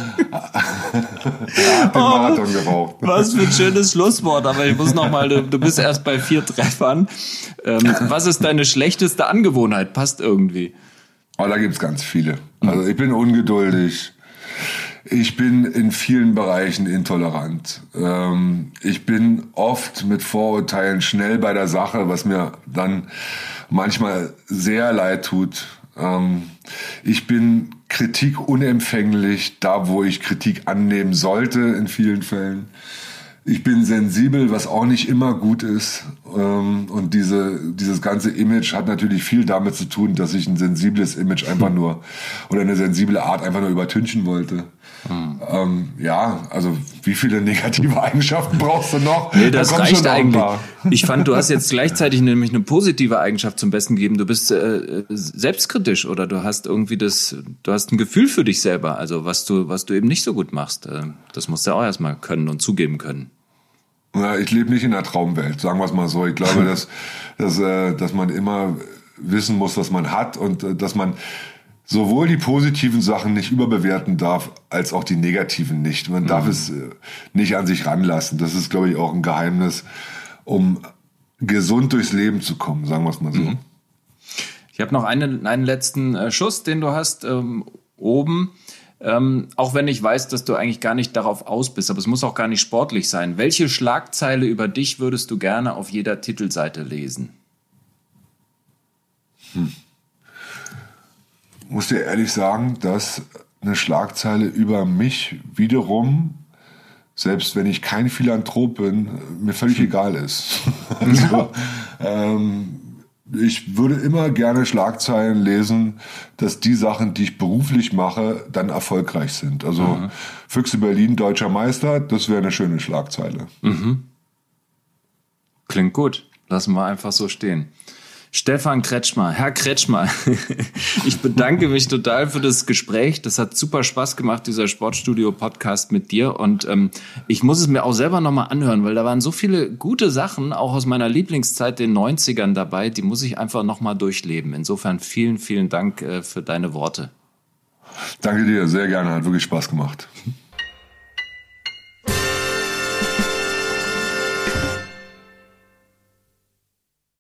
Er hat den Marathon geraucht. Was für ein schönes Schlusswort, aber ich muss noch mal, du bist erst bei 4 Treffern. Was ist deine schlechteste Angewohnheit? Passt irgendwie. Oh, da gibt's ganz viele. Also ich bin ungeduldig. Ich bin in vielen Bereichen intolerant. Ich bin oft mit Vorurteilen schnell bei der Sache, was mir dann manchmal sehr leid tut. Ich bin Kritik unempfänglich, da wo ich Kritik annehmen sollte in vielen Fällen. Ich bin sensibel, was auch nicht immer gut ist. Und dieses ganze Image hat natürlich viel damit zu tun, dass ich ein sensibles Image einfach nur oder eine sensible Art einfach nur übertünchen wollte. Ja, also wie viele negative Eigenschaften brauchst du noch? Nee, das reicht eigentlich. Ich fand, du hast jetzt gleichzeitig nämlich eine positive Eigenschaft zum Besten gegeben. Du bist selbstkritisch oder du hast irgendwie du hast ein Gefühl für dich selber. Also was du eben nicht so gut machst. Das musst du auch erstmal können und zugeben können. Ja, ich lebe nicht in der Traumwelt, sagen wir es mal so. Ich glaube, dass man immer wissen muss, was man hat und dass man sowohl die positiven Sachen nicht überbewerten darf, als auch die negativen nicht. Man darf es nicht an sich ranlassen. Das ist, glaube ich, auch ein Geheimnis, um gesund durchs Leben zu kommen, sagen wir es mal so. Ich habe noch einen letzten Schuss, den du hast oben. Auch wenn ich weiß, dass du eigentlich gar nicht darauf aus bist, aber es muss auch gar nicht sportlich sein. Welche Schlagzeile über dich würdest du gerne auf jeder Titelseite lesen? Muss dir ehrlich sagen, dass eine Schlagzeile über mich wiederum, selbst wenn ich kein Philanthrop bin, mir völlig egal ist. Also, ich würde immer gerne Schlagzeilen lesen, dass die Sachen, die ich beruflich mache, dann erfolgreich sind. Also Füchse Berlin, deutscher Meister, das wäre eine schöne Schlagzeile. Klingt gut. Lassen wir einfach so stehen. Stefan Kretschmer, Herr Kretschmer, ich bedanke mich total für das Gespräch. Das hat super Spaß gemacht, dieser Sportstudio-Podcast mit dir. Und ich muss es mir auch selber nochmal anhören, weil da waren so viele gute Sachen, auch aus meiner Lieblingszeit, den 90ern dabei, die muss ich einfach nochmal durchleben. Insofern vielen, vielen Dank für deine Worte. Danke dir, sehr gerne, hat wirklich Spaß gemacht.